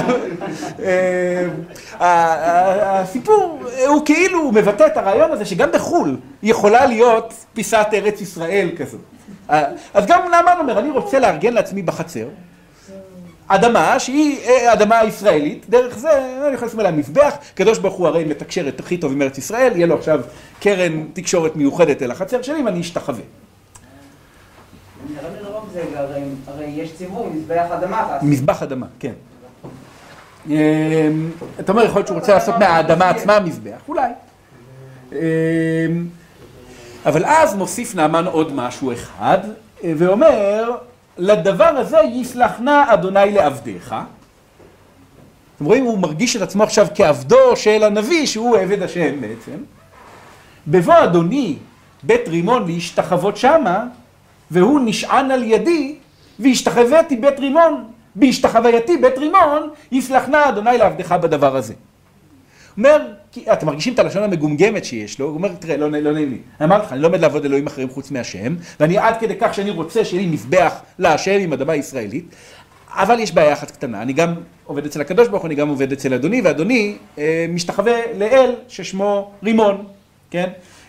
הסיפור הוא כאילו מבטא את הרעיון הזה שגם בחול יכולה להיות פיסת ארץ ישראל כזאת. אז גם נאמן אומר, אני רוצה לארגן לעצמי בחצר, אדמה שהיא אדמה ישראלית, דרך זה אני יכול לשים עליה מזבח, קדוש ברוך הוא הרי מתקשר את הכי טוב עם ארץ ישראל, יהיה לו עכשיו קרן תקשורת מיוחדת אל החצר שלי, אם אני אשתחווה. נראה לי לרוב זה, הרי יש ציווי, מזבח אדמה. מזבח אדמה, כן. אתה אומר, יכול להיות שהוא רוצה לעשות מהאדמה עצמה מזבח, אולי. אבל אז מוסיף נאמן עוד משהו אחד, ואומר, לדבר הזה יסלח נא אדוני לעבדיך. אתם רואים, הוא מרגיש את עצמו עכשיו כעבדו של הנביא, שהוא עבד השם בעצם. בבוא אדוני בית רימון להשתחוות שמה, והוא נשען על ידי, והשתחוויתי בית רימון, בהשתחווייתי בית רימון, יסלח נא אדוני לעבדיך בדבר הזה. הוא אומר, אתם מרגישים את הלשון המגומגמת שיש לו, הוא אומר, תראה, לא נעים לי. אני אמרתי לך, אני לא עומד לעבוד אלוהים אחרים חוץ מהשם, ואני עד כדי כך שאני רוצה שיהיה לי מזבח להשם עם אדמה ישראלית, אבל יש בעיה אחת קטנה, אני גם עובד אצל הקדוש ברוך הוא, אני גם עובד אצל אדוני, ואדוני משתחווה לאל ששמו רימון, כן?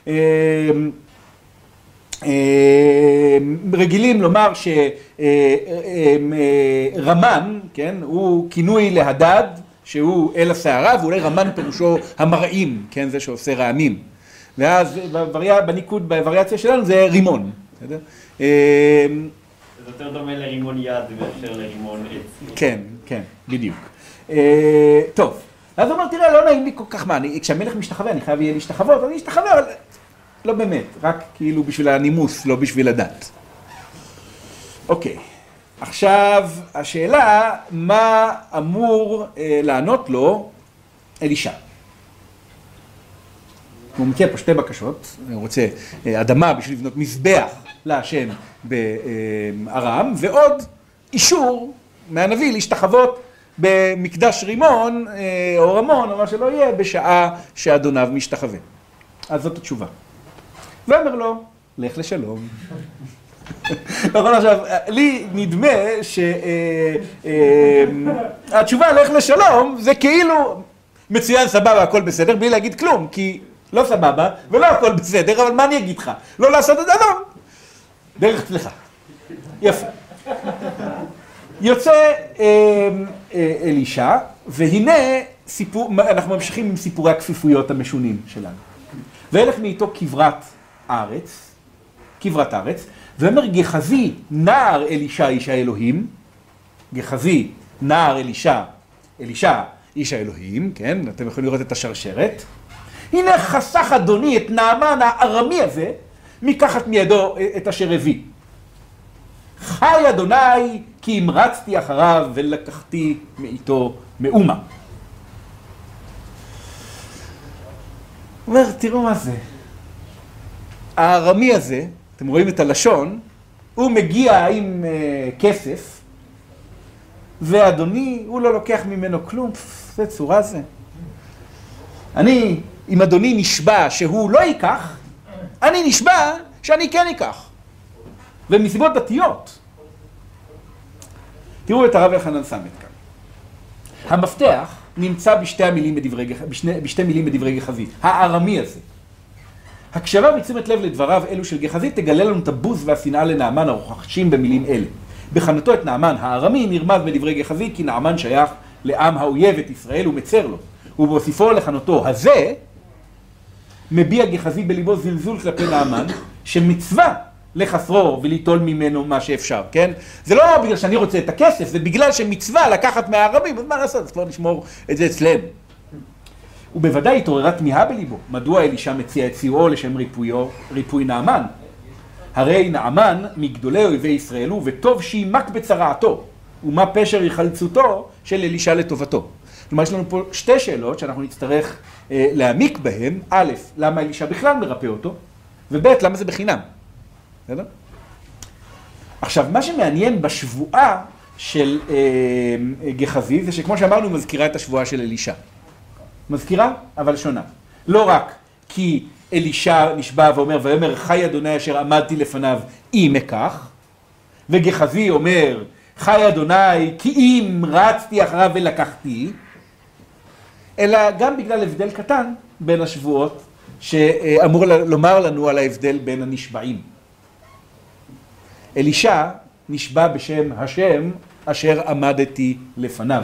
רגילים לומר שרמן, כן, הוא כינוי להדד, שהוא אל הסערה, ואולי רמן פירושו המרעים, כן, זה שעושה רעמים. ואז בניקוד, בווריאציה שלנו זה רימון. בסדר? זה יותר דומה לרימון יד מאשר לרימון עץ. כן, כן, בדיוק. טוב, אז הוא אומר, תראה, לא נעים לי כל כך מה, כשהמלך משתחווה, אני חייב יהיה להשתחוות, אני אשתחווה, אבל לא באמת, רק כאילו בשביל הנימוס, לא בשביל הדת. אוקיי. עכשיו, השאלה, מה אמור לענות לו אלישע? הוא מציע פה שתי בקשות, הוא רוצה אדמה בשביל לבנות מזבח להשם בארם, ועוד אישור מהנביא להשתחוות במקדש רימון או רמון או מה שלא יהיה בשעה שאדוניו משתחווה. אז זאת התשובה. ואומר לו, לך לשלום. נכון, עכשיו, לי נדמה שהתשובה לך לשלום זה כאילו, מצוין, סבבה, הכל בסדר, בלי להגיד כלום, כי לא סבבה ולא הכל בסדר, אבל מה אני אגיד לך? לא לעשות את זה, לא. דרך צלחה. יפה. יוצא אלישע, והנה אנחנו ממשיכים עם סיפורי הכפיפויות המשונים שלנו. והלך מאיתו כברת ארץ, ואומר גחזי נער אלישע איש האלוהים, גחזי נער אלישע איש האלוהים, כן, אתם יכולים לראות את השרשרת. הנה חסך אדוני את נעמן הארמי הזה, מקחת מידו את אשר הביא. חי אדוני כי המרצתי אחריו ולקחתי מאיתו מאומה. הוא אומר, תראו מה זה. הארמי הזה, אתם רואים את הלשון, הוא מגיע עם כסף, ואדוני, הוא לא לוקח ממנו כלום, זה צורה זה. אם אדוני נשבע שהוא לא ייקח, אני נשבע שאני כן ייקח. ומסיבות דתיות. תראו את הרב אלחנן סמט כאן. המפתח נמצא בשתי מילים בדברי גחזי. הארמי הזה. הקשבה ותשומת לב לדבריו אלו של גחזי תגלה לנו את הבוז והשנאה לנעמן הרוחשים במילים אלה. בכנותו את נעמן הארמי נרמז בדברי גחזי כי נעמן שייך לעם האויב את ישראל ומצר לו. ובהוסיפו לכנותו הזה מביע גחזי בליבו זלזול כלפי נעמן שמצווה לחסרו וליטול ממנו מה שאפשר, כן? זה לא בגלל שאני רוצה את הכסף, זה בגלל שמצווה לקחת מהערבים, אז מה לעשות? אז כבר נשמור את זה אצלנו. ובוודאי התעוררה תמיהה בליבו, מדוע אלישע מציע את סיועו לשם ריפוי נעמן? הרי נעמן מגדולי אויבי ישראל הוא, וטוב שימק בצרעתו, ומה פשר יחלצותו של אלישע לטובתו. כלומר, יש לנו פה שתי שאלות שאנחנו נצטרך להעמיק בהן. א', למה אלישע בכלל מרפא אותו? וב', למה זה בחינם? בסדר? עכשיו, מה שמעניין בשבועה של גחזי, זה שכמו שאמרנו, מזכירה את השבועה של אלישע. מזכירה, אבל שונה. לא רק כי אלישע נשבע ואומר, ואומר, חי אדוני אשר עמדתי לפניו, אם אקח, וגחזי אומר, חי אדוני כי אם רצתי אחריו ולקחתי, אלא גם בגלל הבדל קטן בין השבועות, שאמור לומר לנו על ההבדל בין הנשבעים. אלישע נשבע בשם השם אשר עמדתי לפניו.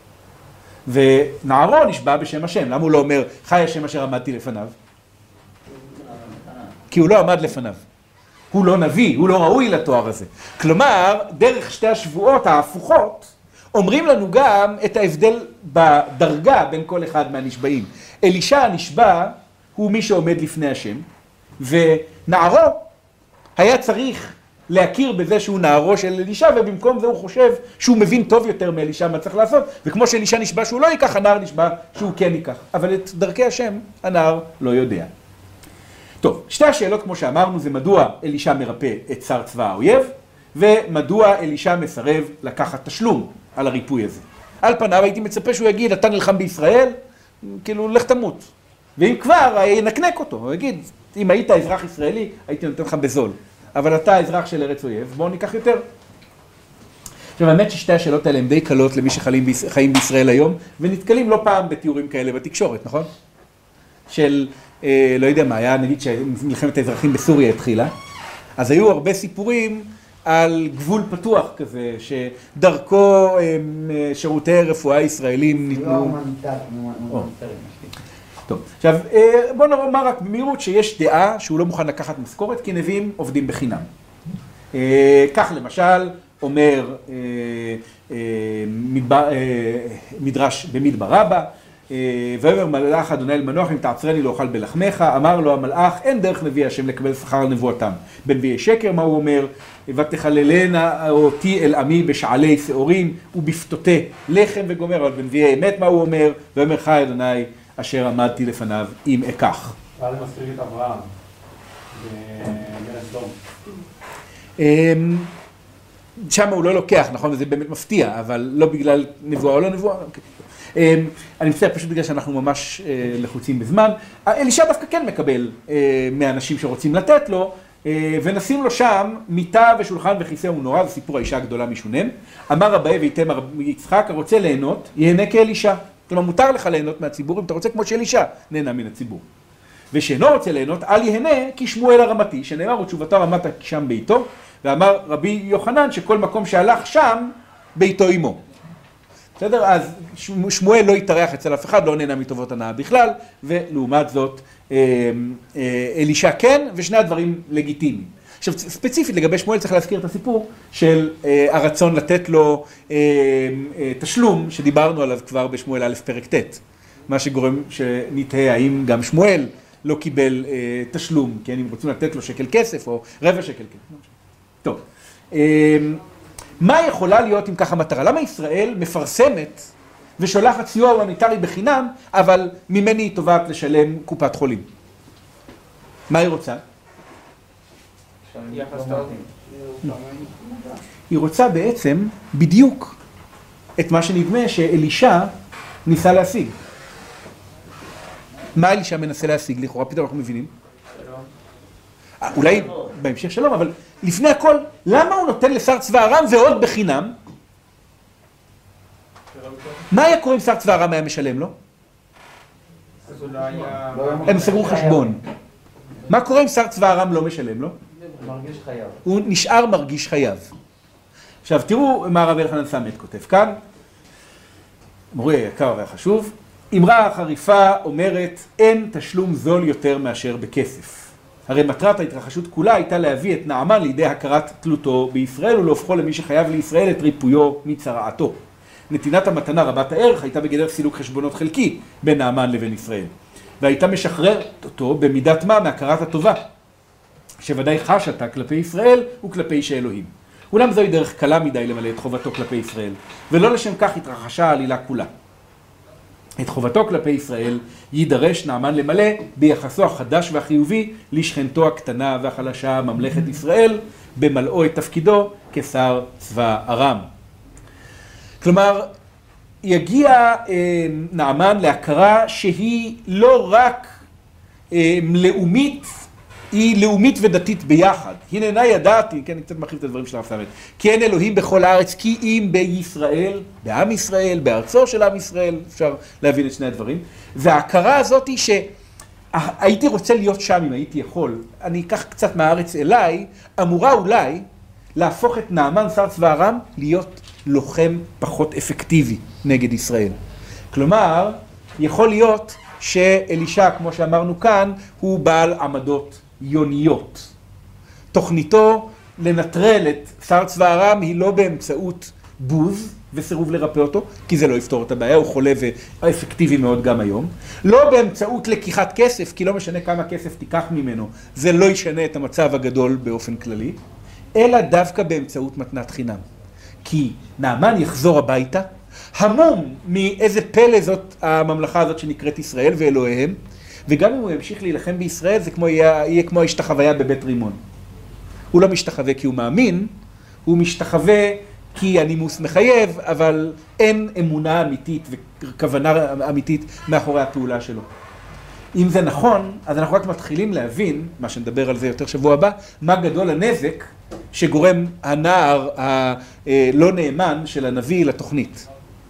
ונערו נשבע בשם השם. למה הוא לא אומר חי השם אשר עמדתי לפניו? כי הוא לא עמד לפניו. הוא לא נביא, הוא לא ראוי לתואר הזה. כלומר, דרך שתי השבועות ההפוכות, אומרים לנו גם את ההבדל בדרגה בין כל אחד מהנשבעים. אלישע הנשבע הוא מי שעומד לפני השם, ונערו היה צריך להכיר בזה שהוא נערו של אלישע, ובמקום זה הוא חושב שהוא מבין טוב יותר מאלישע מה צריך לעשות, וכמו שאלישע נשבע שהוא לא ייקח, הנער נשבע שהוא כן ייקח. אבל את דרכי השם הנער לא יודע. טוב, שתי השאלות כמו שאמרנו זה מדוע אלישע מרפא את שר צבא האויב, ומדוע אלישע מסרב לקחת תשלום על הריפוי הזה. על פניו הייתי מצפה שהוא יגיד, אתה נלחם בישראל, כאילו לך תמות. ואם כבר, ינקנק אותו, הוא יגיד, אם היית אזרח ישראלי, הייתי נותן לך בזול. אבל אתה אזרח של ארץ אויב, בואו ניקח יותר. עכשיו, האמת ששתי השאלות האלה הן די קלות למי שחיים בישראל היום, ונתקלים לא פעם בתיאורים כאלה בתקשורת, נכון? של, לא יודע מה, היה נגיד שמלחמת האזרחים בסוריה התחילה, אז היו הרבה סיפורים על גבול פתוח כזה, שדרכו שירותי רפואה ישראלים ניתנו. טוב, עכשיו בוא נאמר רק במהירות שיש דעה שהוא לא מוכן לקחת משכורת כי נביאים עובדים בחינם. כך למשל אומר מדרש במדבר רבה, ואומר מלאך אדוני אל מנוח אם תעצרני לאוכל בלחמך, אמר לו המלאך אין דרך נביא השם לקבל שכר על נבואתם. בנביאי שקר מה הוא אומר? ותחללנה אותי אל עמי בשעלי שעורים ובפתותי לחם וגומר. אבל בנביאי אמת מה הוא אומר? ואומר חי אדוני אשר עמדתי לפניו אם אקח. ואז מזכיר את אברהם במלך סדום. שם הוא לא לוקח, נכון? וזה באמת מפתיע, אבל לא בגלל נבואה או לא נבואה. אני מצטער פשוט בגלל שאנחנו ממש לחוצים בזמן. אלישע דווקא כן מקבל מאנשים שרוצים לתת לו, ונשים לו שם מיטה ושולחן וכיסא ומנורה, זה סיפור האישה הגדולה משונם. אמר אביי ויתם יצחק, הרוצה ליהנות, יהנה כאלישע. כלומר, מותר לך ליהנות מהציבור, אם אתה רוצה כמו שאלישע נהנה מן הציבור. ושאינו רוצה ליהנות, אל יהנה כי שמואל הרמתי, שנאמר ותשובתו רמת שם ביתו, ואמר רבי יוחנן שכל מקום שהלך שם, ביתו עמו. בסדר? אז שמואל לא יתארח אצל אף אחד, לא נהנה מטובות הנאה בכלל, ולעומת זאת אלישע כן, ושני הדברים לגיטימיים. עכשיו, ספציפית לגבי שמואל צריך להזכיר את הסיפור של הרצון לתת לו תשלום, שדיברנו עליו כבר בשמואל א' פרק ט', מה שגורם שנתהה האם גם שמואל לא קיבל תשלום, כן, אם רוצים לתת לו שקל כסף או רבע שקל כסף. טוב, מה יכולה להיות אם ככה מטרה? למה ישראל מפרסמת ושולחת סיוע הומניטרי בחינם, אבל ממני היא תובעת לשלם קופת חולים? מה היא רוצה? היא רוצה בעצם בדיוק את מה שנדמה שאלישע ניסה להשיג. מה אלישע מנסה להשיג? לכאורה פתאום אנחנו מבינים. אולי בהמשך שלום, אבל לפני הכל, למה הוא נותן לשר צבא ארם ועוד בחינם? מה היה קורה אם שר צבא ארם היה משלם לו? הם סגרו חשבון. מה קורה אם שר צבא ארם לא משלם לו? מרגיש חייב. הוא נשאר מרגיש חייב. עכשיו תראו מה רבי אלחנן סמט כותב כאן. מורה יקר והחשוב. אמרה חריפה אומרת אין תשלום זול יותר מאשר בכסף. הרי מטרת ההתרחשות כולה הייתה להביא את נעמן לידי הכרת תלותו בישראל ולהופכו למי שחייב לישראל את ריפויו מצרעתו. נתינת המתנה רבת הערך הייתה בגדר סילוק חשבונות חלקי בין נעמן לבין ישראל. והייתה משחררת אותו במידת מה מהכרת הטובה, שוודאי חש אתה כלפי ישראל וכלפי איש האלוהים. אולם זוהי דרך קלה מדי למלא את חובתו כלפי ישראל, ולא לשם כך התרחשה העלילה כולה. את חובתו כלפי ישראל יידרש נעמן למלא ביחסו החדש והחיובי לשכנתו הקטנה והחלשה ממלכת ישראל, במלאו את תפקידו כשר צבא ארם. כלומר, יגיע נעמן להכרה שהיא לא רק לאומית, היא לאומית ודתית ביחד. הנה נא ידעתי, כן, אני קצת מרחיב את הדברים של הרב סמט, כי אין אלוהים בכל הארץ, כי אם בישראל, בעם ישראל, בארצו של עם ישראל, אפשר להבין את שני הדברים. וההכרה הזאת היא שהייתי רוצה להיות שם אם הייתי יכול, אני אקח קצת מהארץ אליי, אמורה אולי להפוך את נעמן שר צבא ארם להיות לוחם פחות אפקטיבי נגד ישראל. כלומר, יכול להיות שאלישע, כמו שאמרנו כאן, הוא בעל עמדות יוניות. תוכניתו לנטרל את שר צבא ארם היא לא באמצעות בוז וסירוב לרפא אותו, כי זה לא יפתור את הבעיה, הוא חולה ואפקטיבי מאוד גם היום. לא באמצעות לקיחת כסף, כי לא משנה כמה כסף תיקח ממנו, זה לא ישנה את המצב הגדול באופן כללי, אלא דווקא באמצעות מתנת חינם. כי נעמן יחזור הביתה, המום מאיזה פלא זאת הממלכה הזאת שנקראת ישראל ואלוהיהם, וגם אם הוא ימשיך להילחם בישראל, זה יהיה כמו ההשתחוויה בבית רימון. הוא לא משתחווה כי הוא מאמין, הוא משתחווה כי הנימוס מחייב, אבל אין אמונה אמיתית וכוונה אמיתית מאחורי הפעולה שלו. אם זה נכון, אז אנחנו רק מתחילים להבין, מה שנדבר על זה יותר שבוע הבא, מה גדול הנזק שגורם הנער הלא נאמן של הנביא לתוכנית.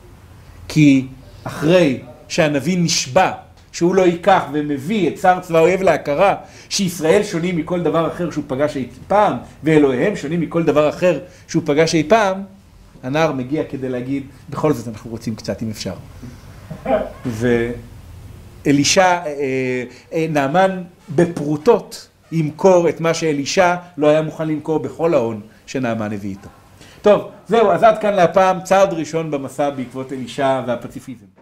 כי אחרי שהנביא נשבע שהוא לא ייקח ומביא את שר צבא האויב להכרה שישראל שונים מכל דבר אחר שהוא פגש אי פעם, ואלוהיהם שונים מכל דבר אחר שהוא פגש אי פעם, הנער מגיע כדי להגיד, בכל זאת אנחנו רוצים קצת אם אפשר. ואלישע, נעמן בפרוטות ימכור את מה שאלישע לא היה מוכן למכור בכל ההון שנעמן הביא איתו. טוב, זהו, אז עד כאן להפעם צעד ראשון במסע בעקבות אלישע והפציפיזם.